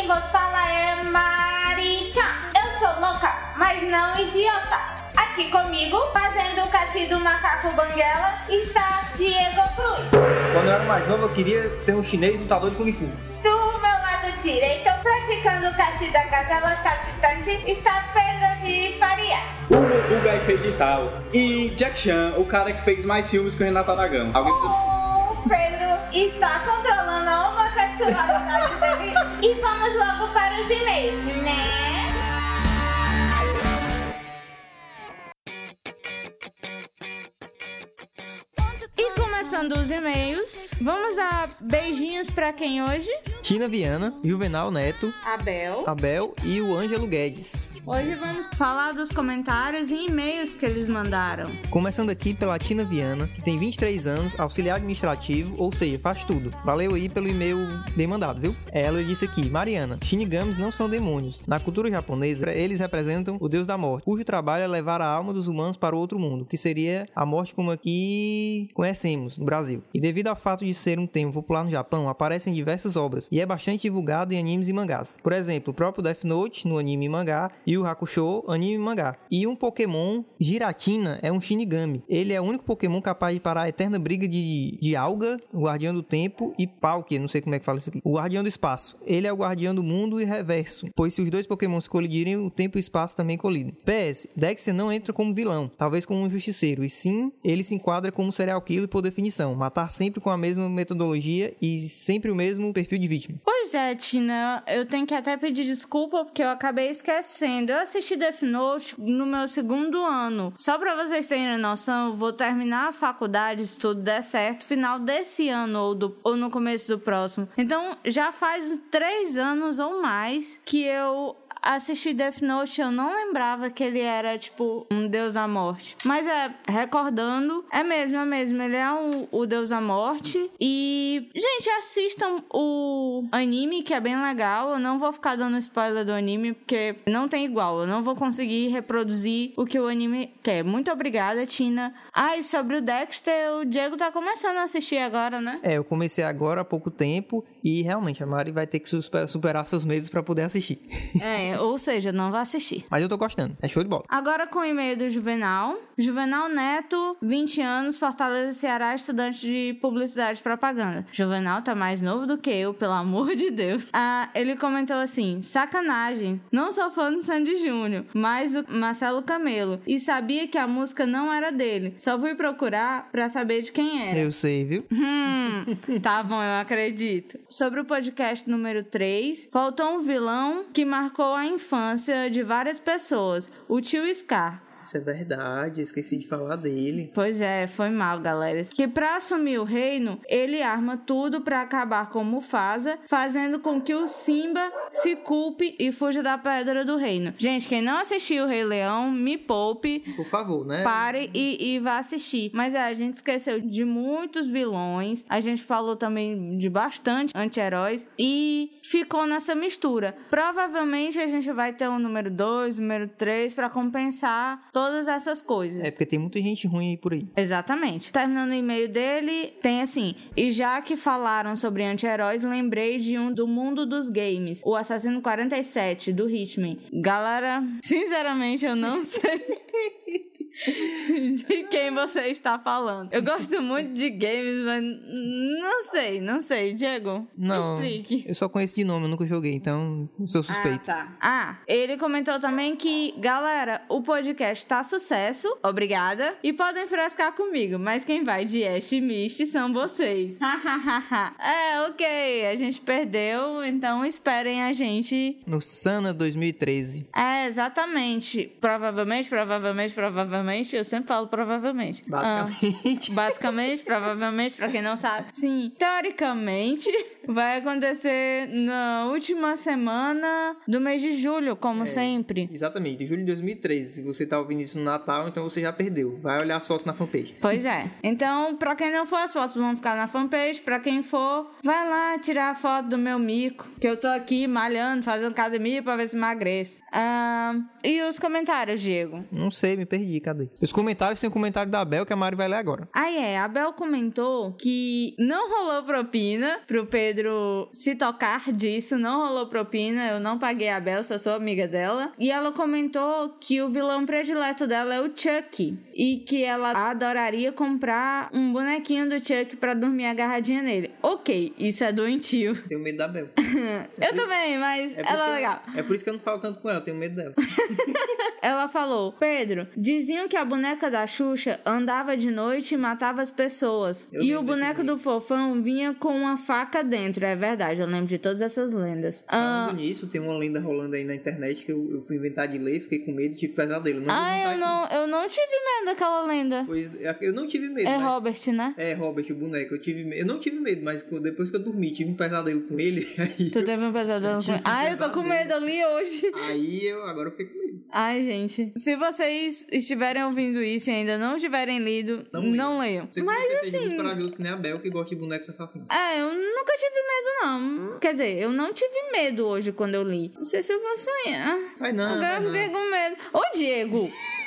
quem vos fala é Mari-chan. Eu sou louca, mas não idiota. Aqui comigo, fazendo o cati do macaco banguela, está Diego Cruz. Quando eu era mais novo, eu queria ser um chinês lutador de Kung Fu. Do meu lado direito, praticando o cati da gazela saltitante, está Pedro de Farias. O Gai digital. E Jack Chan, o cara que fez mais filmes que o Renato Aragão. Alguém precisa... O Pedro está controlando a homossexualidade dele. E vamos logo para os e-mails, né? Começando os e-mails, vamos a beijinhos pra quem hoje? Tina Viana, Juvenal Neto, Abel e o Ângelo Guedes. Hoje vamos falar dos comentários e e-mails que eles mandaram. Começando aqui pela Tina Viana, que tem 23 anos, auxiliar administrativo, ou seja, faz tudo. Valeu aí pelo e-mail bem mandado, viu? Ela disse aqui: Mariana, Shinigamis não são demônios. Na cultura japonesa, eles representam o deus da morte, cujo trabalho é levar a alma dos humanos para o outro mundo, que seria a morte como aqui conhecemos no Brasil. E devido ao fato de ser um tema popular no Japão, aparecem diversas obras e é bastante divulgado em animes e mangás. Por exemplo, o próprio Death Note no anime e mangá, e o Hakusho, anime e mangá. E um Pokémon, Giratina, é um Shinigami. Ele é o único Pokémon capaz de parar a eterna briga de Alga, o Guardião do Tempo, e Palkia, não sei como é que fala isso aqui, o Guardião do Espaço. Ele é o Guardião do Mundo e Reverso, pois se os dois Pokémon se colidirem, o tempo e o espaço também colidem. PS, Dexter não entra como vilão, talvez como um justiceiro, e sim, ele se enquadra como serial killer por definição, matar sempre com a mesma metodologia e sempre o mesmo perfil de vítima. Pois é, Tina, eu tenho que até pedir desculpa porque eu acabei esquecendo. Eu assisti Death Note no meu segundo ano. Só pra vocês terem noção, eu vou terminar a faculdade, se tudo der certo, final desse ano ou no começo do próximo. Então, já faz 3 anos ou mais que eu assisti Death Note. Eu não lembrava que ele era, tipo, um deus da morte. Mas recordando, é mesmo. Ele é o deus da morte. E, gente, assistam o anime, que é bem legal. Eu não vou ficar dando spoiler do anime, porque não tem igual. Eu não vou conseguir reproduzir o que o anime quer. Muito obrigada, Tina. E sobre o Dexter, o Diego tá começando a assistir agora, né? Eu comecei agora há pouco tempo e realmente a Mari vai ter que superar seus medos pra poder assistir. Ou seja, não vai assistir. Mas eu tô gostando, é show de bola. Agora com o e-mail do Juvenal. Juvenal Neto, 20 anos, Fortaleza, Ceará, estudante de publicidade e propaganda. Juvenal tá mais novo do que eu, pelo amor de Deus. Ele comentou assim: sacanagem, não sou fã do Sandy Júnior, mas do Marcelo Camelo, e sabia que a música não era dele. Só fui procurar pra saber de quem era. Eu sei, viu? Tá bom, eu acredito. Sobre o podcast número 3, faltou um vilão que marcou a infância de várias pessoas, o tio Scar. Isso é verdade, eu esqueci de falar dele. Pois é, foi mal, galera. Que pra assumir o reino, ele arma tudo pra acabar com Mufasa, fazendo com que o Simba se culpe e fuja da Pedra do Reino. Gente, quem não assistiu o Rei Leão, me poupe. Por favor, né? Pare e vá assistir. Mas a gente esqueceu de muitos vilões, a gente falou também de bastante anti-heróis e ficou nessa mistura. Provavelmente a gente vai ter um número 2, número 3 pra compensar todas essas coisas. Porque tem muita gente ruim aí por aí. Exatamente. Terminando o e-mail dele, tem assim: e já que falaram sobre anti-heróis, lembrei de um do mundo dos games, o Assassino 47, do Hitman. Galera, sinceramente, eu não sei de quem você está falando. Eu gosto muito de games, mas não sei. Diego, não, explique. Eu só conheço de nome, eu nunca joguei, então sou suspeito. Ele comentou também que, galera, o podcast tá sucesso, obrigada, e podem frescar comigo, mas quem vai de Ash e Misty são vocês. Ok, a gente perdeu, então esperem a gente no Sana 2013. Exatamente. Provavelmente, eu sempre falo provavelmente. Basicamente, provavelmente, pra quem não sabe. Sim, teoricamente, vai acontecer na última semana do mês de julho, como sempre. Exatamente, de julho de 2013. Se você tá ouvindo isso no Natal, então você já perdeu. Vai olhar as fotos na fanpage. Pois é. Então, pra quem não for, as fotos vão ficar na fanpage. Pra quem for, vai lá tirar a foto do meu mico, que eu tô aqui malhando, fazendo academia pra ver se emagreço. E os comentários, Diego? Não sei, me perdi, cadê? Os comentários tem o comentário da Bel que a Mari vai ler agora. A Bel comentou que não rolou propina pro Pedro se tocar disso, não rolou propina, eu não paguei a Bel, só sou amiga dela. E ela comentou que o vilão predileto dela é o Chuck e que ela adoraria comprar um bonequinho do Chuck pra dormir agarradinha nele. Ok, isso é doentio. Tenho medo da Bel. Eu também, mas ela é legal. É por isso que eu não falo tanto com ela, eu tenho medo dela. Ela falou: Pedro, diziam que a boneca da Xuxa andava de noite e matava as pessoas. E o boneco do Fofão vinha com uma faca dentro. É verdade, eu lembro de todas essas lendas. Falando nisso, tem uma lenda rolando aí na internet que eu fui inventar de ler, fiquei com medo e tive pesadelo. Eu não tive medo daquela lenda. Pois, eu não tive medo. É mas... Robert, né? É, Robert, o boneco. Eu não tive medo, mas depois que eu dormi, tive um pesadelo com ele. Aí tu teve um pesadelo com ele? Eu tô com medo, eu li hoje. Agora eu fiquei com medo. Ai, gente. Se vocês estiverem ouvindo isso e ainda não tiverem lido, não leiam. Mas assim... Seja muito corajoso que nem a Bel, que gosta de bonecos assassinos. Eu nunca tive medo, não. Quer dizer, eu não tive medo hoje quando eu li. Não sei se eu vou sonhar. Agora eu fiquei com medo. Ô, Diego!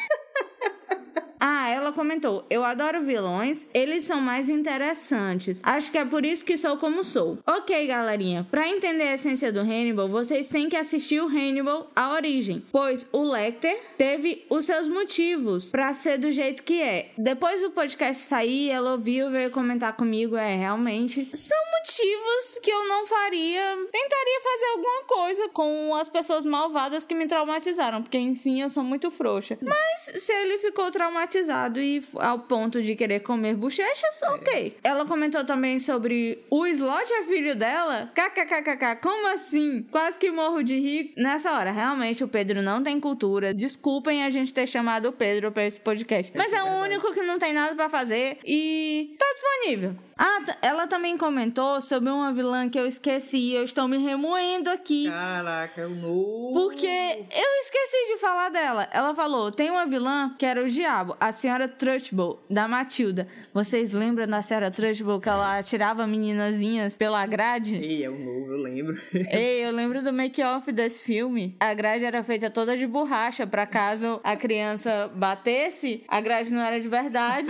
Ela comentou: eu adoro vilões, eles são mais interessantes. Acho que é por isso que sou como sou. Ok, galerinha, pra entender a essência do Hannibal, vocês têm que assistir o Hannibal, A Origem, pois o Lecter teve os seus motivos pra ser do jeito que é. Depois do podcast sair, ela ouviu, veio comentar comigo, realmente, são motivos que eu não faria. Tentaria fazer alguma coisa com as pessoas malvadas que me traumatizaram, porque enfim, eu sou muito frouxa. Mas se ele ficou traumatizado e ao ponto de querer comer bochechas, ok. Ela comentou também sobre o Slot é filho dela. KKKKK, como assim? Quase que morro de rir. Nessa hora, realmente, o Pedro não tem cultura. Desculpem a gente ter chamado o Pedro pra esse podcast. Mas é o único que não tem nada pra fazer e tá disponível. Ela também comentou sobre uma vilã que eu esqueci. Eu estou me remoendo aqui. Caraca, é o novo. Porque eu esqueci de falar dela. Ela falou: tem uma vilã que era o diabo, a senhora Trunchbull, da Matilda. Vocês lembram da senhora Trunchbull que ela atirava meninazinhas pela grade? É o novo, eu lembro. Eu lembro do make-off desse filme. A grade era feita toda de borracha, pra caso a criança batesse, a grade não era de verdade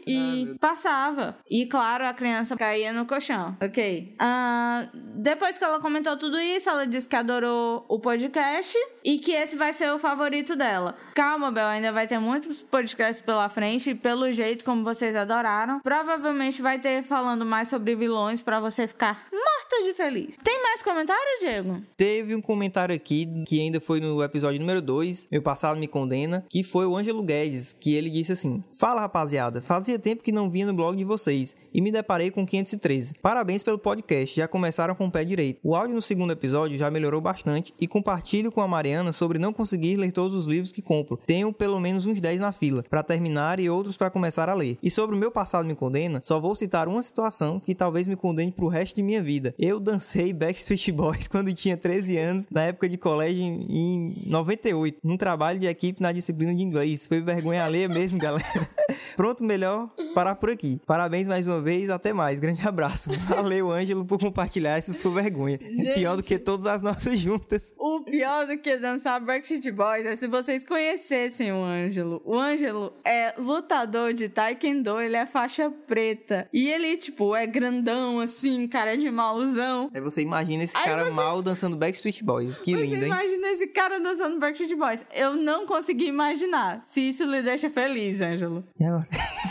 e passava. E claro, a criança caía no colchão. Ok. Depois que ela comentou tudo isso, ela disse que adorou o podcast e que esse vai ser o favorito dela. Calma, Bel, ainda vai ter muitos podcasts pela frente e pelo jeito como vocês adoraram, provavelmente vai ter falando mais sobre vilões pra você ficar morta de feliz. Tem mais comentário, Diego? Teve um comentário aqui que ainda foi no episódio número 2, Meu Passado Me Condena, que foi o Ângelo Guedes, que ele disse assim: fala, rapaziada, fazia tempo que não vinha no blog de vocês e me deparei com 513. Parabéns pelo podcast, já começaram com o pé direito. O áudio no segundo episódio já melhorou bastante e compartilho com a Mariana sobre não conseguir ler todos os livros que compro. Tenho pelo menos uns 10 na fila para terminar e outros para começar a ler. E sobre o Meu Passado Me Condena, só vou citar uma situação que talvez me condene pro resto de minha vida. Eu dancei Backstreet Boys quando tinha 13 anos, na época de colégio em 98, num trabalho de equipe na disciplina de inglês. Foi vergonha alheia mesmo, galera. Pronto, melhor parar por aqui. Parabéns mais uma vez, até mais. Grande abraço. Valeu, Ângelo, por compartilhar essa sua vergonha. Gente, é pior do que todas as nossas juntas. O pior do que dançar Backstreet Boys é se vocês conhecessem o Ângelo. O Ângelo é lutador de Taekwondo, ele é faixa preta. E ele, tipo, é grandão, assim, cara de mauzão. Aí você imagina esse cara mal dançando Backstreet Boys. Que lindo, hein? Você imagina esse cara dançando Backstreet Boys. Eu não consegui imaginar. Se isso lhe deixa feliz, Ângelo. E agora?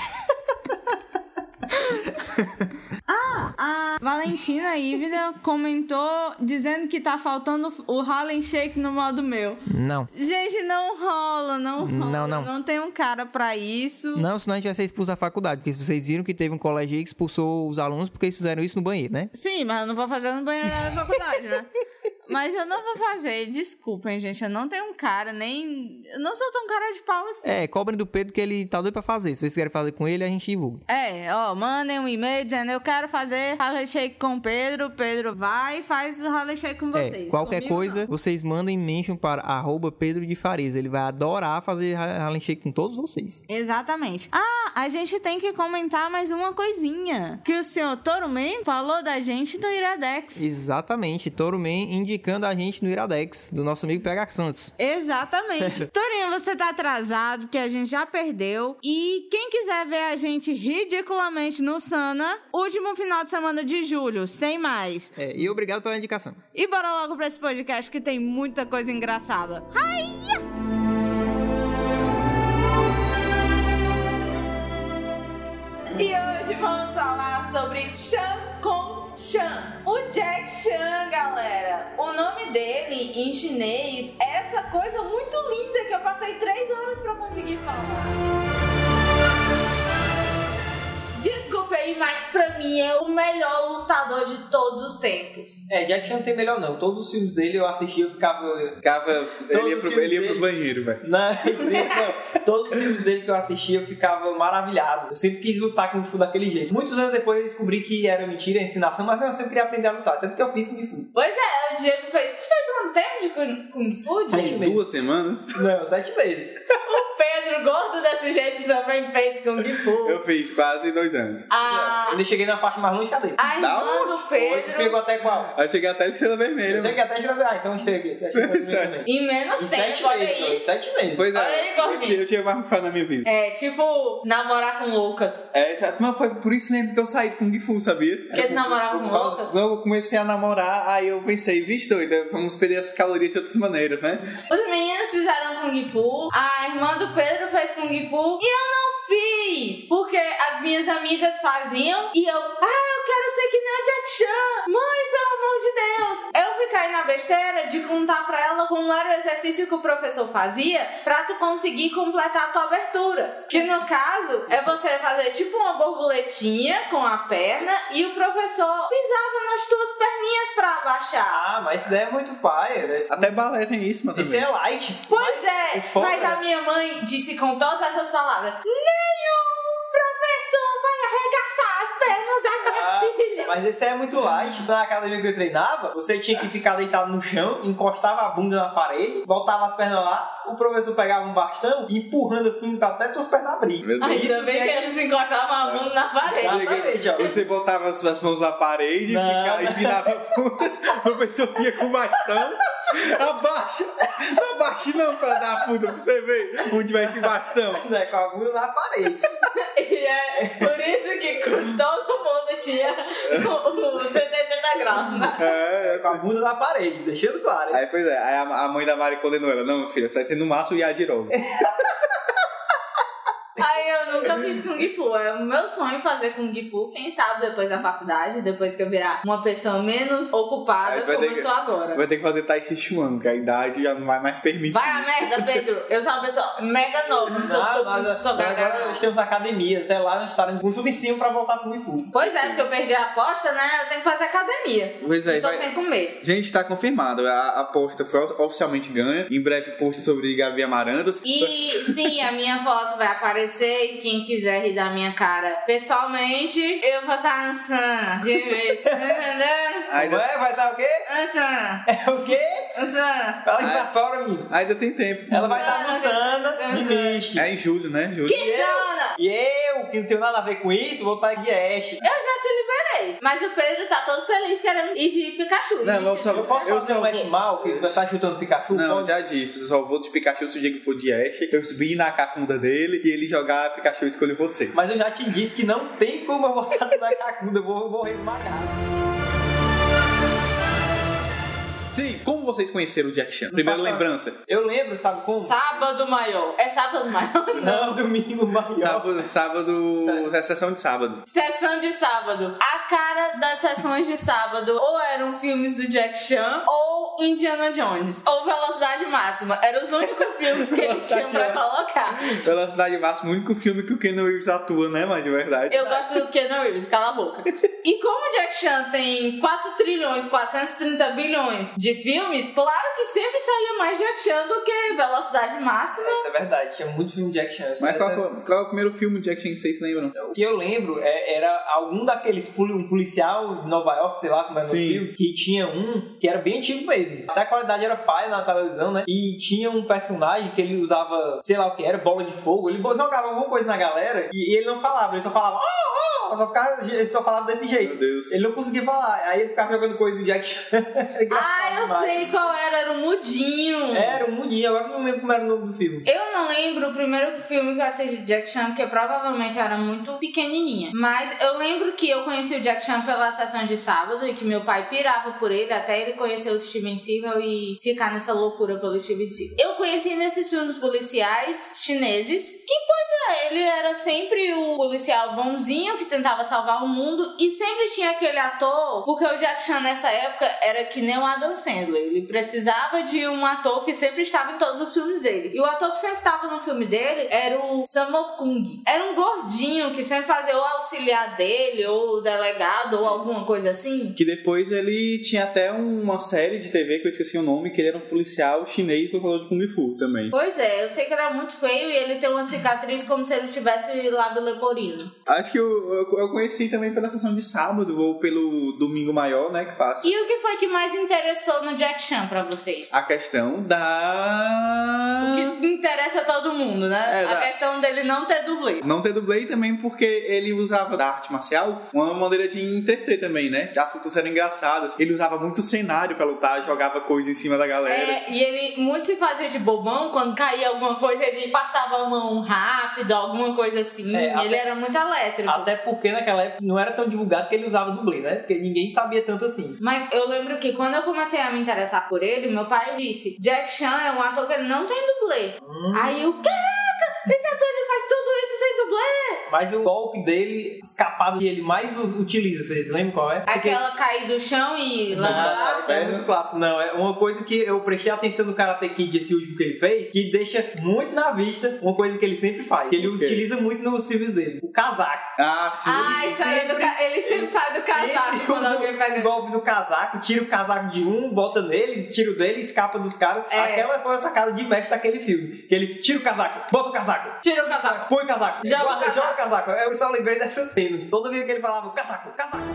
A Valentina Ívida comentou dizendo que tá faltando o Harlem Shake no modo meu. Não. Gente, não rola. Não tem um cara pra isso. Não, senão a gente vai ser expulso da faculdade. Porque vocês viram que teve um colégio aí que expulsou os alunos porque eles fizeram isso no banheiro, né? Sim, mas eu não vou fazer no banheiro da faculdade, né? Mas eu não vou fazer, desculpem, gente. Eu não tenho um cara, nem... Eu não sou tão cara de pau assim. Cobrem do Pedro que ele tá doido pra fazer. Se vocês querem fazer com ele, a gente divulga. Mandem um e-mail dizendo: eu quero fazer Harlem Shake com o Pedro. Pedro vai e faz o Harlem Shake com vocês. Qualquer comigo, coisa, não. Vocês mandem mention para @Pedro de Farias. Ele vai adorar fazer Harlem Shake com todos vocês. Exatamente. A gente tem que comentar mais uma coisinha. Que o senhor Toruman falou da gente do Iradex. Exatamente. Toruman indicou indicando a gente no Iradex, do nosso amigo PH Santos. Exatamente. Torinho, você tá atrasado, que a gente já perdeu. E quem quiser ver a gente ridiculamente no Sana, último final de semana de julho, sem mais. E obrigado pela indicação. E bora logo pra esse podcast que tem muita coisa engraçada. Ai! E hoje vamos falar sobre Chan Kong Chan. O Jack Chan, galera. O nome dele em chinês é essa coisa muito linda que eu passei 3 horas pra conseguir falar. Desculpa aí, mas pra mim é o melhor lutador de todos os tempos. Jack Chan não tem melhor não. Todos os filmes dele eu assisti, eu ficava... Ele ia pro banheiro, velho. Não, todos os filmes dele que eu assisti eu ficava maravilhado. Eu sempre quis lutar com o Kung Fu daquele jeito. Muitos anos depois eu descobri que era mentira, ensinação, mas mesmo assim eu queria aprender a lutar. Tanto que eu fiz Kung Fu. Pois é, o Diego fez quanto tempo de Kung Fu, Diego? 2 semanas? Não, 7 meses. O Pedro, gordo desse jeito, também fez Kung Fu. Eu fiz quase 2 anos. Eu nem cheguei na faixa mais longe, cadê? A irmã do Pedro... Chegou até qual? Eu cheguei até a Estrela Vermelha. Eu cheguei até a Estrela Vermelha. Então eu estou aqui. Em menos tempo, olha aí. 7 meses. Pois é. Olha aí, gordinho. Eu tinha mais pra falar na minha vida. É, tipo, namorar com loucas. Mas foi por isso mesmo que eu saí do Kung Fu, sabia? Porque tu namorava com loucas? Quando eu comecei a namorar, aí eu pensei, vixe doida, vamos perder as calorias de outras maneiras, né? Os meninos fizeram Kung Fu, a irmã do Pedro fez Kung Fu e eu não fiz, porque as minhas amigas faziam e eu quero ser que nem o Jack Chan. Mãe, pelo amor de Deus. Eu fiquei aí na besteira de contar pra ela como era o exercício que o professor fazia pra tu conseguir completar a tua abertura. Que no caso, é você fazer tipo uma borboletinha com a perna e o professor pisava nas tuas perninhas pra abaixar. Mas isso daí é muito paia, né? Até balé tem isso, mano. Isso é light. Pois é, mas a minha mãe disse com todas essas palavras: nenhum professor vai arregaçar as pernas da minha filha. Mas esse é muito light. Na academia que eu treinava, você tinha que ficar deitado no chão, encostava a bunda na parede, voltava as pernas lá, o professor pegava um bastão e empurrando assim até tuas pernas abrir. Ainda bem que eles encostavam a bunda na parede. Exatamente, ó. Você botava as mãos na parede e virava o professor vinha com o bastão. Abaixa não, pra dar puta, pra você ver onde vai esse bastão. Não, é com a bunda na parede. E é por isso que todo mundo tinha o 180 graus, né? Com a bunda na parede, deixando claro, hein? Aí, pois é, aí a mãe da Mari condenou ela. Não, filha, você vai ser no máximo Yajirobe. Aí eu nunca fiz Kung Fu. É o meu sonho fazer Kung Fu. Quem sabe depois da faculdade, depois que eu virar uma pessoa menos ocupada como eu sou agora. Vai ter que fazer Tai Chi Chuan, que a idade já não vai mais permitir. Vai a merda, Pedro. Eu sou uma pessoa mega nova. Não sou gaga. Agora nós temos academia. Até lá nós estaremos com tudo em cima pra voltar pro Kung Fu. Pois é, porque eu perdi a aposta, né? Eu tenho que fazer academia. Pois é. Tô sem comer. Gente, tá confirmado. A aposta foi oficialmente ganha. Em breve post sobre Gabi Amarantos. E sim, a minha foto vai aparecer. E quem quiser rir da minha cara pessoalmente, eu vou estar no Sana. De vez. Tá entendendo? Ainda vai estar o quê? No Sana. É o quê? No Sana. Fala que tá fora, menino. Ainda tem tempo. Ela vai estar no Sana e Mish. É em julho, né? Julho. Que Sana? E eu, que não tenho nada a ver com isso, vou estar em Guiesh. Eu já te liberei. Mas o Pedro tá todo feliz querendo ir de Pikachu. Não, eu Eu posso fazer um Ash mal, que você tá chutando Pikachu? Não, pode? já disse. Eu só vou de Pikachu se o dia que for de Ash. Eu subir na cacunda dele e ele jogar Pikachu e escolher você. Mas eu já te disse que não tem como eu botar tudo na cacunda, eu vou morrer esmagado. Sim, como vocês conheceram o Jack Chan? Primeira lembrança. Eu lembro, sabe como? Sábado maior. É sábado maior? Não, domingo maior. Sábado, é sessão de sábado. Sessão de sábado. A cara das sessões de sábado ou eram filmes do Jack Chan ou Indiana Jones. Ou Velocidade Máxima. Eram os únicos filmes que eles tinham pra colocar. Velocidade Máxima, o único filme que o Keanu Reeves atua, né, mas de verdade. Eu gosto do Keanu Reeves, cala a boca. E como o Jack Chan tem 4 trilhões, 430 bilhões de filmes, claro que sempre saía mais Jack Chan do que Velocidade Máxima. Isso é verdade, tinha muito filme de Jack Chan. Mas qual é o primeiro filme de Jack Chan que vocês lembram? O que eu lembro era algum daqueles um policial de Nova York, sei lá como era o filme, que tinha um que era bem antigo mesmo. Até a qualidade era paia na televisão, né? E tinha um personagem que ele usava, sei lá o que era, bola de fogo. Ele jogava alguma coisa na galera e ele não falava, ele só falava Ele só falava desse jeito. Meu Deus. Ele não conseguia falar. Aí ele ficava jogando coisa do Jack Chan. Eu sei qual era o Mudinho. Era o Mudinho, agora eu não lembro como era o nome do filme. Eu não lembro o primeiro filme que eu assisti de Jack Chan, porque eu provavelmente era muito pequenininha. Mas eu lembro que eu conheci o Jack Chan pela sessão de sábado e que meu pai pirava por ele até ele conhecer o Steven Seagal e ficar nessa loucura pelo Steven Seagal. Eu conheci nesses filmes policiais chineses que, pois é, ele era sempre o policial bonzinho que tentava salvar o mundo e sempre tinha aquele ator, porque o Jack Chan nessa época era que nem o Adam Sandler. Ele precisava de um ator que sempre estava em todos os filmes dele. E o ator que sempre estava no filme dele era o Sammo Kung. Era um gordinho que sempre fazia o auxiliar dele, ou o delegado, ou alguma coisa assim. Que depois ele tinha até uma série de TV que eu esqueci o nome, que ele era um policial chinês lutador de Kung Fu também. Pois é, eu sei que ele era muito feio e ele tem uma cicatriz como se ele tivesse lábio leporino. Acho que eu conheci também pela sessão de sábado, ou pelo Domingo Maior, né, que passa. E o que foi que mais interessou no Jack Chan pra vocês? A questão da... O que interessa a todo mundo, né? A questão dele não ter dublê. Não ter dublê também porque ele usava da arte marcial uma maneira de entreter também, né? As lutas eram engraçadas. Ele usava muito cenário pra lutar, jogava coisa em cima da galera. E ele muito se fazia de bobão. Quando caía alguma coisa, ele passava a mão rápido, alguma coisa assim. Ele era muito elétrico. Até porque naquela época não era tão divulgado que ele usava dublê, né? Porque ninguém sabia tanto assim. Mas eu lembro que quando eu comecei a me interessar por ele, meu pai disse: Jack Chan é um ator que ele não tem dublê. Aí eu, caraca, esse ator ele faz tudo isso sem dublê. Mas o golpe dele, escapado que ele mais utiliza, vocês lembram qual é? Aquela cair do chão e levantar. Isso é muito clássico. Não, é uma coisa que eu prestei atenção no Karate Kid, esse último que ele fez, que deixa muito na vista uma coisa que ele sempre faz. Que ele utiliza muito nos filmes dele. O casaco. Ah, sim. Ele sempre sai do casaco quando alguém pega. O golpe do casaco, tira o casaco de um, bota nele, tira o dele, escapa dos caras. Aquela foi a sacada de mestre daquele filme. Que ele tira o casaco, bota o casaco. Tira o casaco. Põe o casaco. Joga o casaco. Eu só lembrei dessas cenas. Toda vez que ele falava casaco.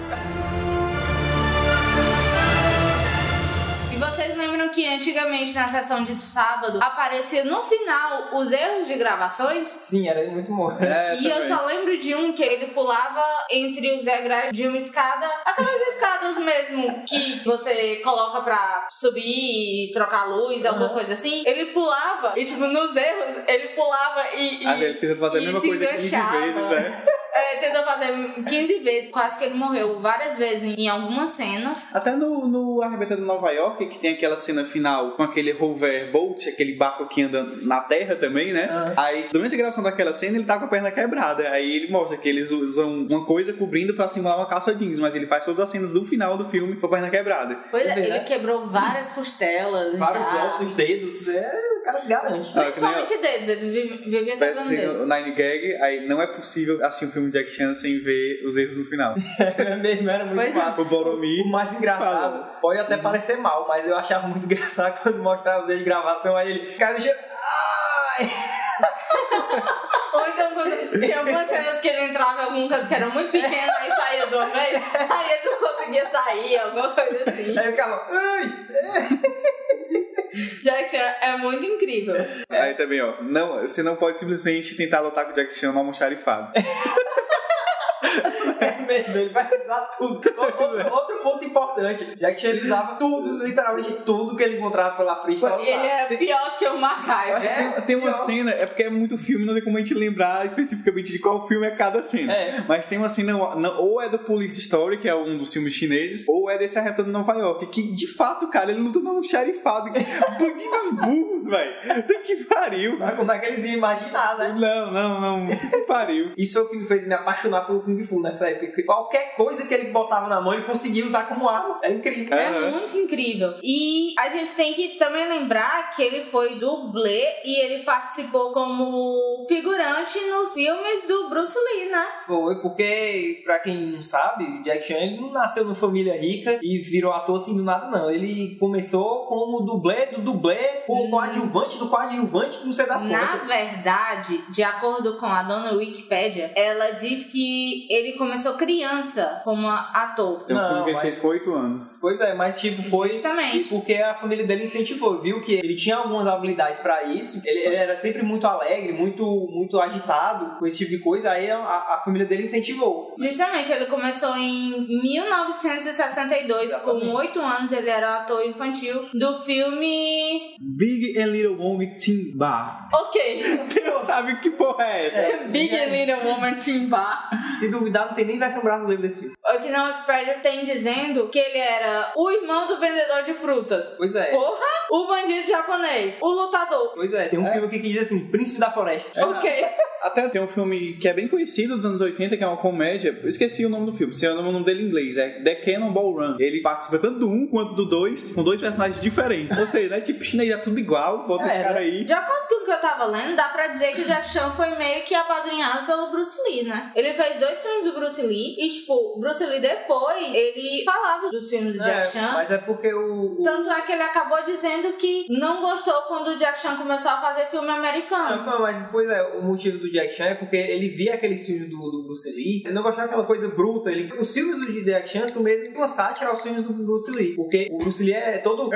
Vocês lembram que antigamente na sessão de sábado aparecia no final os erros de gravações? Sim, era muito bom. E eu só lembro de um que ele pulava entre os degraus de uma escada, aquelas escadas mesmo que você coloca pra subir e trocar luz, alguma coisa assim. Ele pulava e, tipo, nos erros, ele pulava e ele tenta fazer a mesma coisa 15 vezes, né? Tentou fazer 15 vezes, quase que ele morreu várias vezes em algumas cenas. Até no Arrebentando Nova York, que tem aquela cena final com aquele hoverboat, aquele barco que anda na terra também, né? Aí, durante a gravação daquela cena, ele tá com a perna quebrada. Aí ele mostra que eles usam uma coisa cobrindo pra simular uma calça jeans, mas ele faz todas as cenas do final do filme com a perna quebrada. Pois é, ele quebrou várias costelas. Vários ossos, dedos, o cara se garante. Principalmente dedos, eles viviam quebrando assim, dedos. O Nine Gag, aí não é possível assistir um filme de Jack Chan sem ver os erros no final. Mesmo, era muito O Boromir. O mais engraçado, pode até parecer mal, mas eu achava muito engraçado quando mostrava os erros de gravação, aí ele cai no cheiro. Ai! Ou então quando tinha algumas cenas que ele entrava em algum canto que era muito pequeno, aí saía de uma vez, aí ele não conseguia sair, alguma coisa assim. Aí ficava, ai! Jack Chan é muito incrível. Aí também, ó, você não pode simplesmente tentar lutar com o Jack Chan no almoxarifado. Mesmo, ele vai usar tudo. Outro ponto importante, Jack Chan ele usava tudo, literalmente tudo que ele encontrava pela frente pra lutar. Ele é pior do que o MacGyver. Tem uma cena, é porque é muito filme, não tem como a gente lembrar especificamente de qual filme é cada cena. Mas tem uma cena, ou é do Police Story, que é um dos filmes chineses, ou é desse Arrebentando Nova York, que de fato, cara, ele luta num xarifado. Bandidos burros, velho. Que pariu. Mas como é que eles iam imaginar, né? Não. Que pariu. Isso é o que me fez me apaixonar pelo Kung Fu nessa época. Qualquer coisa que ele botava na mão, ele conseguia usar como arma. É incrível. É muito incrível. E a gente tem que também lembrar que ele foi dublê e ele participou como figurante nos filmes do Bruce Lee, né? Foi, porque, pra quem não sabe, Jack Chan ele não nasceu numa família rica e virou ator assim do nada, não. Ele começou como dublê do dublê, o coadjuvante do coadjuvante, não sei das contas. Na verdade, de acordo com a dona Wikipédia, ela diz que ele começou começou criança como ator. Tem um filme que ele fez com 8 anos. Pois é, mas tipo, foi justamente porque a família dele incentivou, viu que ele tinha algumas habilidades pra isso, ele era sempre muito alegre, muito agitado com esse tipo de coisa, aí a família dele incentivou. Justamente, ele começou em 1962, Exatamente. com 8 anos ele era ator infantil do filme... Big and Little Woman Timba. Ok. Deus sabe que porra é essa? Big and Little Woman Timba. Se duvidar, não tem nem versão brasileira desse filme. Aqui na Wikipedia tem dizendo que ele era o irmão do vendedor de frutas. Pois é. Porra! O bandido japonês. O lutador. Pois é, tem um filme aqui que diz assim, Príncipe da Floresta. Ok. Até tem um filme que é bem conhecido dos anos 80, que é uma comédia. Eu esqueci o nome do filme, se eu não o nome dele em inglês, é The Cannonball Run. Ele participa tanto do 1 quanto do 2, com 2 personagens diferentes. Ou seja, né? Tipo, chinês é tudo igual, bota esse cara aí. De acordo com o que eu tava lendo, dá pra dizer que o Jack Chan foi meio que apadrinhado pelo Bruce Lee, né? Ele fez 2 filmes do Bruce Lee e, tipo, o Bruce Lee depois, ele falava dos filmes do Jack Chan. Mas é porque Tanto é que ele acabou dizendo que não gostou quando o Jack Chan começou a fazer filme americano. Não, mas pois é, o motivo do Jack Chan é porque ele via aqueles filmes do Bruce Lee, ele não gostava daquela coisa bruta. Os filmes do Jack Chan são mesmo que uma sátira aos filmes do Bruce Lee, porque o Bruce Lee é todo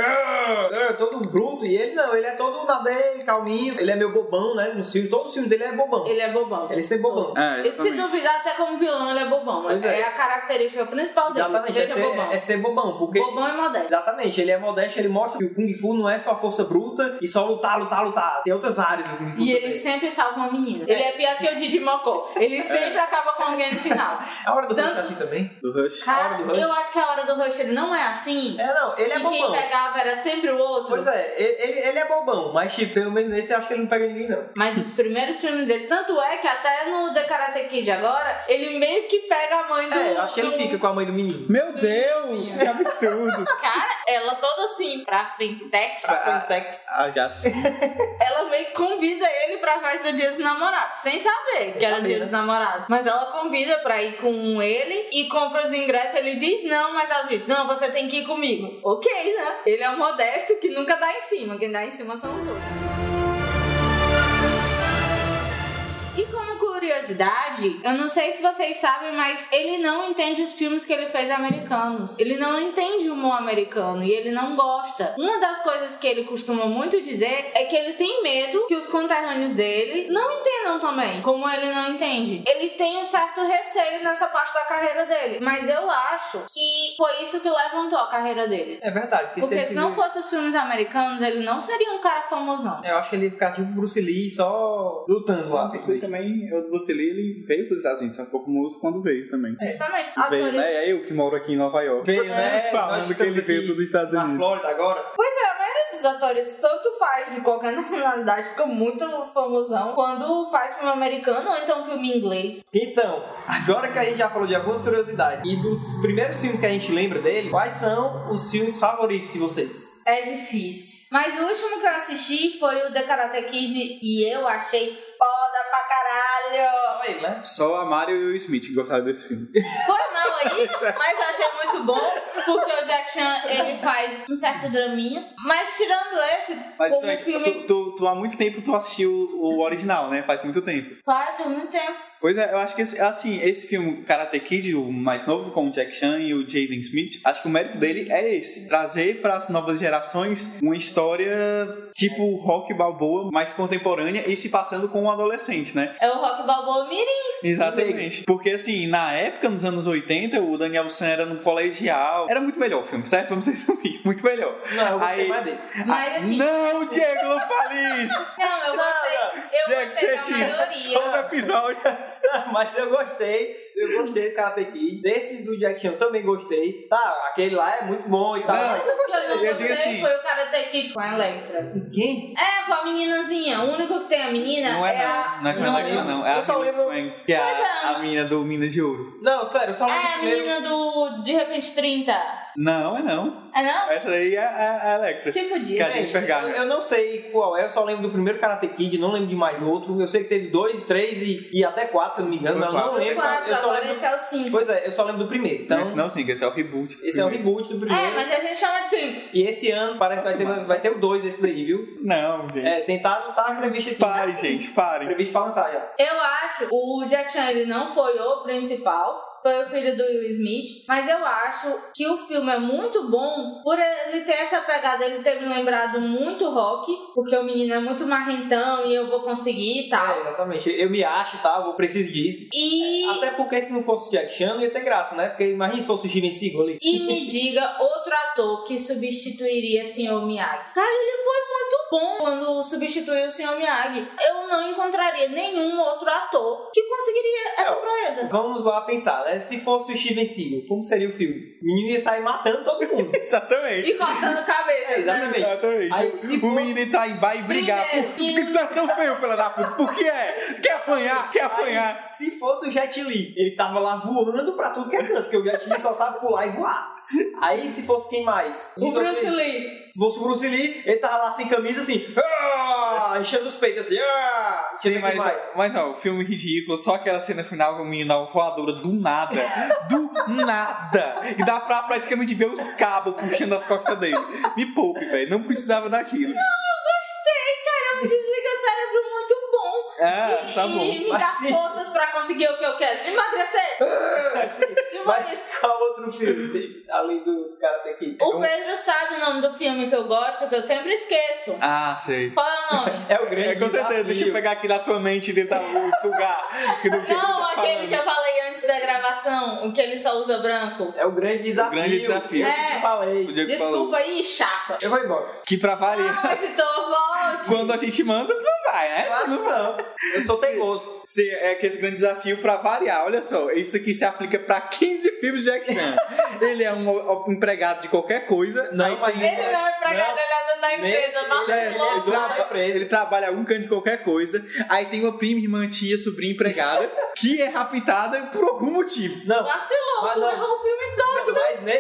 bruto e ele não, ele é todo na dele, calminho, ele é meio bobão, né? Nos filmes, todos os filmes dele é bobão. Ele é bobão. Ele é sempre bobão. E se duvidar, até como vilão, ele é bobão. Mas é a característica principal dele. Exatamente, bobão. É ser bobão, porque... Bobão e modesto. Exatamente, ele é modesto, ele mostra que o Kung Fu não é só força bruta e só lutar. Tem outras áreas do Kung Fu. E ele sempre salva uma menina. Ele é pior que o Didi Mocó. Ele sempre acaba com alguém no final. A hora do Rush é assim também? Do Rush. Cara, eu acho que a hora do Rush ele não é assim. Não, ele é bobão. E quem pegava era sempre o outro. Pois é, ele é bobão, mas tipo, pelo menos nesse eu acho que ele não pega ninguém, não. Mas os primeiros filmes dele, tanto é que até no The Karate Kid agora, ele meio que pega a mãe do... eu acho que ele fica com a mãe do menino. Meu Deus, que absurdo. Cara, ela toda assim, pra Frentex. Já sei. Ela meio que convida ele pra festa do Dia dos Namorados, sem saber que era o Dia dos Namorados. Mas ela convida pra ir com ele e compra os ingressos. Ele diz não, mas ela diz, não, você tem que ir comigo. Ok, né? Ele é um modesto que nunca dá em cima. Quem dá em cima são os outros. E como curiosidade, eu não sei se vocês sabem, mas ele não entende os filmes que ele fez americanos. Ele não entende o humor americano e ele não gosta. Uma das coisas que ele costuma muito dizer é que ele tem medo que os conterrâneos dele não entendam também, como ele não entende. Ele tem um certo receio nessa parte da carreira dele, mas eu acho que foi isso que levantou a carreira dele. É verdade. Porque se não fosse os filmes americanos, ele não seria um cara famosão. Eu acho que ele ficasse tipo Bruce Lee só lutando lá. Também, o Bruce Lee, ele veio pros Estados Unidos, só ficou famoso quando veio também. Justamente. Veio, Atores... né? É eu que moro aqui em Nova York. Veio, né? Falando que ele veio pros Estados Unidos. Na Flórida agora. Pois é, a maioria dos atores, tanto faz de qualquer nacionalidade, fica muito famosão quando faz filme americano ou então filme inglês. Então, agora que a gente já falou de algumas curiosidades e dos primeiros filmes que a gente lembra dele, quais são os filmes favoritos de vocês? É difícil. Mas o último que eu assisti foi o The Karate Kid e eu achei foda pra caralho. Só ele, né? Só a Mario e o Smith que gostaram desse filme. Foi não aí, mas eu achei muito bom, porque o Jack Chan, ele faz um certo draminha. Mas tirando esse, Mas como também, filme... tu há muito tempo tu assistiu o original, né? Faz muito tempo. Faz muito tempo. Pois é, eu acho que esse filme Karate Kid, o mais novo, com o Jack Chan e o Jaden Smith, acho que o mérito dele é esse, trazer para as novas gerações uma história tipo Rocky Balboa, mais contemporânea e se passando com um adolescente, né? É o Rocky Balboa Mirim. Exatamente. Porque assim, na época, nos anos 80, o Daniel San era no colegial. Era muito melhor o filme, certo? Vamos ser sumis, muito melhor. Não, eu gostei mais desse. Mas assim... Não, Diego, não fale isso! Não, eu gostei. Eu gostei da maioria. Todo episódio... Mas eu gostei do Karate Kid. Desse do Jack Chan eu também gostei. Tá, aquele lá é muito bom e tal. Não, mas eu gostei Eu não desse. Eu digo gostei assim- foi o Karate Kid com a Electra. Quem? É, com a meninazinha. O único que tem a menina Não é a... não é com a Electra, não. É Eu a só Hilary lembro- Swank, que é Pois é. a menina do Minas de Ouro. Não, sério, eu só lembro É a do primeiro. menina do De Repente 30. Não, é não. É não? Essa daí é a Electra. Te fudi. Que é a Bem, Jennifer Garner. eu não sei qual é, eu só lembro do primeiro Karate Kid, não lembro de mais outro. Eu sei que teve 2, 3 e até 4, se eu não me engano, Foi mas eu não quatro. lembro. 4, Eu só agora lembro. esse é o 5. Pois é, eu só lembro do primeiro. Então, Esse não, sim, que esse é o reboot. do esse é o primeiro. reboot do primeiro. É, mas a gente chama de 5. E esse ano parece que vai ter o 2 esse daí, viu? Não, gente. Tá previsto aqui. Parem, gente, parem. Previsto pra lançar já. Eu acho o Jack Chan ele não foi o principal. foi o filho do Will Smith, mas eu acho que o filme é muito bom por ele ter essa pegada, ele ter me lembrado muito Rock, porque o menino é muito marrentão e eu vou conseguir e tal. Exatamente. Eu me acho, tá? Eu preciso disso. E... até porque se não fosse o Jack Chan, não ia ter graça, né? Porque imagina se fosse o Steven Seagal ali. E me diga outro ator que substituiria o Sr. Miyagi. Cara, ele foi muito bom quando substituiu o Sr. Miyagi. Eu não encontraria nenhum outro ator que conseguiria essa proeza. Vamos lá pensar, né? Se fosse o Steven Seagal, como seria o filme? O menino ia sair matando todo mundo. Exatamente. E cortando cabeça. Exatamente. Né? Exatamente. Aí, se o fosse... menino entrar em bar e brigar. Primeiro, Por que tu é tão feio, filha da puta? Por que é? Quer apanhar? Quer apanhar? Aí, se fosse o Jet Li, ele tava lá voando pra tudo que é canto, porque o Jet Li só sabe pular e voar. Aí se fosse quem mais? O Bruce Lee. Se fosse o Bruce Lee, ele tava lá sem camisa assim, enchendo os peitos assim, Sim, mas ó, o filme ridículo, só aquela cena final com a menina voadora do nada. Do nada. E dá pra praticamente ver os cabos puxando as costas dele. Me poupe, velho. Não precisava daquilo. Não, eu gostei, cara. Me desliga o cérebro muito bom. Tá bom. E me dá forças pra conseguir o que eu quero. Emagrecer. Tipo mas isso. qual outro filme tem, além do Karate Kid? O Pedro sabe o nome do filme que eu gosto, que eu sempre esqueço. Ah, sei. Qual é o nome? É o grande Com certeza, desafio. deixa eu pegar aqui na tua mente e tentar sugar. Não, aquele que eu falei antes da gravação, o que ele só usa branco. É o grande desafio. O grande desafio. Eu que te falei. O Diego Desculpa falou. aí, chapa. Eu vou embora. Que pra variar. Não, editor, volte. Quando a gente manda, tu não vai, né? Claro que não. Eu sou teimoso. É que esse grande desafio pra variar. Olha só, isso aqui se aplica pra 15 filmes de Jack Chan. Ele é um empregado de qualquer coisa. Não, mas Ele não é empregado, ele é dono da empresa, vacilou. Ele trabalha algum canto de qualquer coisa. Aí tem uma prima, irmã, tia, sobrinha empregada que é raptada por algum motivo. Não. Vacilou, Mas tu não. errou o filme todo.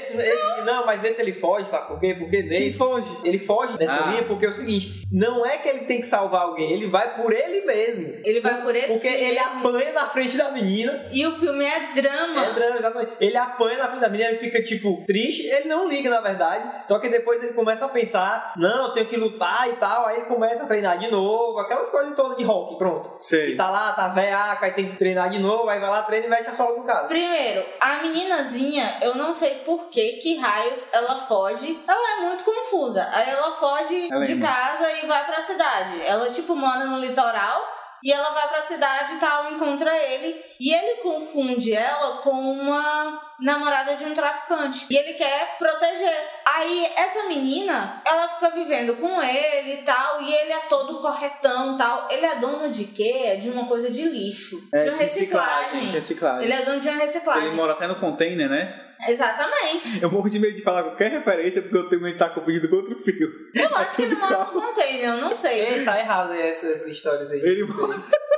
Mas nesse ele foge, sabe por quê? Porque nesse... Quem foge? Ele foge dessa linha porque é o seguinte, não é que ele tem que salvar alguém, ele vai por ele mesmo. Ele vai por esse Porque ele apanha na frente da menina. E o filme é drama. É drama, exatamente. Ele apanha na frente da menina, ele fica, tipo, triste. Ele não liga, na verdade. Só que depois ele começa a pensar, não, eu tenho que lutar e tal. Aí ele começa a treinar de novo. Aquelas coisas todas de rock, pronto. Sei. E tá lá, tá veaca, aí tem que treinar de novo. Aí vai lá, treina e mete a sola do cara. Primeiro, a meninazinha, eu não sei por que raios ela foge. Ela é muito confusa. Aí ela foge de casa e vai pra cidade. Ela, tipo, mora no litoral. E ela vai pra cidade e tal, encontra ele. E ele confunde ela com uma namorada de um traficante. E ele quer proteger. Aí, essa menina, ela fica vivendo com ele e tal. E ele é todo corretão e tal. Ele é dono de quê? De uma coisa de lixo. De uma reciclagem. Ele é dono de uma reciclagem. Ele mora até no container, né? Exatamente. Eu morro de medo de falar qualquer referência porque eu tenho medo de estar confundido com outro filme. Eu acho que ele mora no container, eu não sei. Ei, tá errado aí essas histórias aí. Ele mora...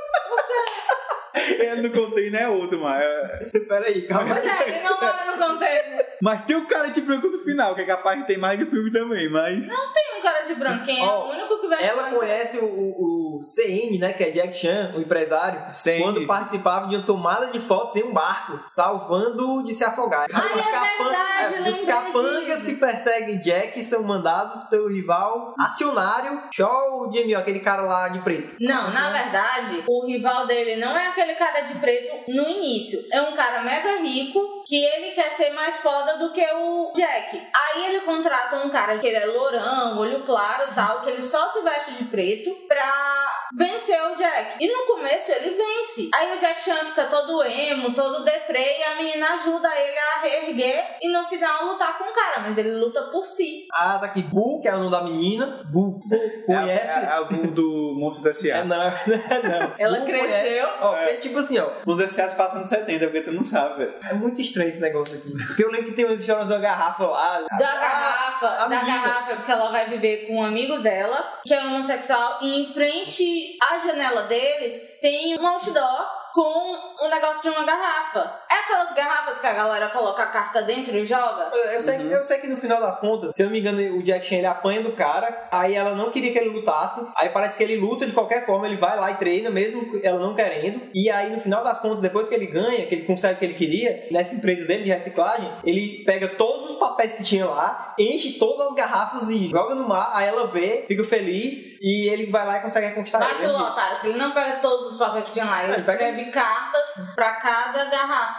Ele no container é outro, mano. Peraí, calma. Pois é, ele não mora no container. Mas tem o cara de branco no final, que é capaz de ter mais de filme também, mas... Não tem um cara de branquinho, é o único que veste Ela branco. conhece o CN, né, que é Jack Chan, o empresário, CN. quando participava de uma tomada de fotos em um barco, salvando de se afogar. Ah, é verdade, Os capangas que perseguem Jack são mandados pelo rival acionário Shaw Jimmy, aquele cara lá de preto. Não, na verdade, o rival dele não é aquele cara de preto no início. É um cara mega rico que ele quer ser mais foda do que o Jack. Aí ele contrata um cara que ele é lourão, olho claro e tal, que ele só se veste de preto pra vencer o Jack. E no começo ele vence. Aí o Jack Chan fica todo emo, todo deprê, e a menina ajuda ele a reerguer e no final lutar com o cara, mas ele luta por si. Ah, tá aqui. Bu, que é o nome da menina. Bu. Conhece? É o Bull do Monstros S.A. Não. Ela Bu cresceu. Conhece, ó, porque, tipo assim, ó. Monstros S.A. se passa nos 70, porque tu não sabe, velho. É muito estranho esse negócio aqui. Porque eu lembro que tem umas histórias da garrafa lá. Da garrafa, porque ela vai viver com um amigo dela, que é homossexual, e em frente à janela deles tem um outdoor com um negócio de uma garrafa. É aquelas garrafas que a galera coloca a carta dentro e joga? Eu sei que no final das contas, se eu não me engano, o Jack Chan ele apanha do cara, aí ela não queria que ele lutasse, aí parece que ele luta de qualquer forma, ele vai lá e treina, mesmo ela não querendo, e aí no final das contas, depois que ele ganha, que ele consegue o que ele queria, nessa empresa dele de reciclagem, ele pega todos os papéis que tinha lá, enche todas as garrafas e joga no mar, aí ela vê, fica feliz, e ele vai lá e consegue reconquistar ela. Vacilou, otário, porque ele não pega todos os papéis que tinha lá, ele escreve cartas pra cada garrafa. Porque Aí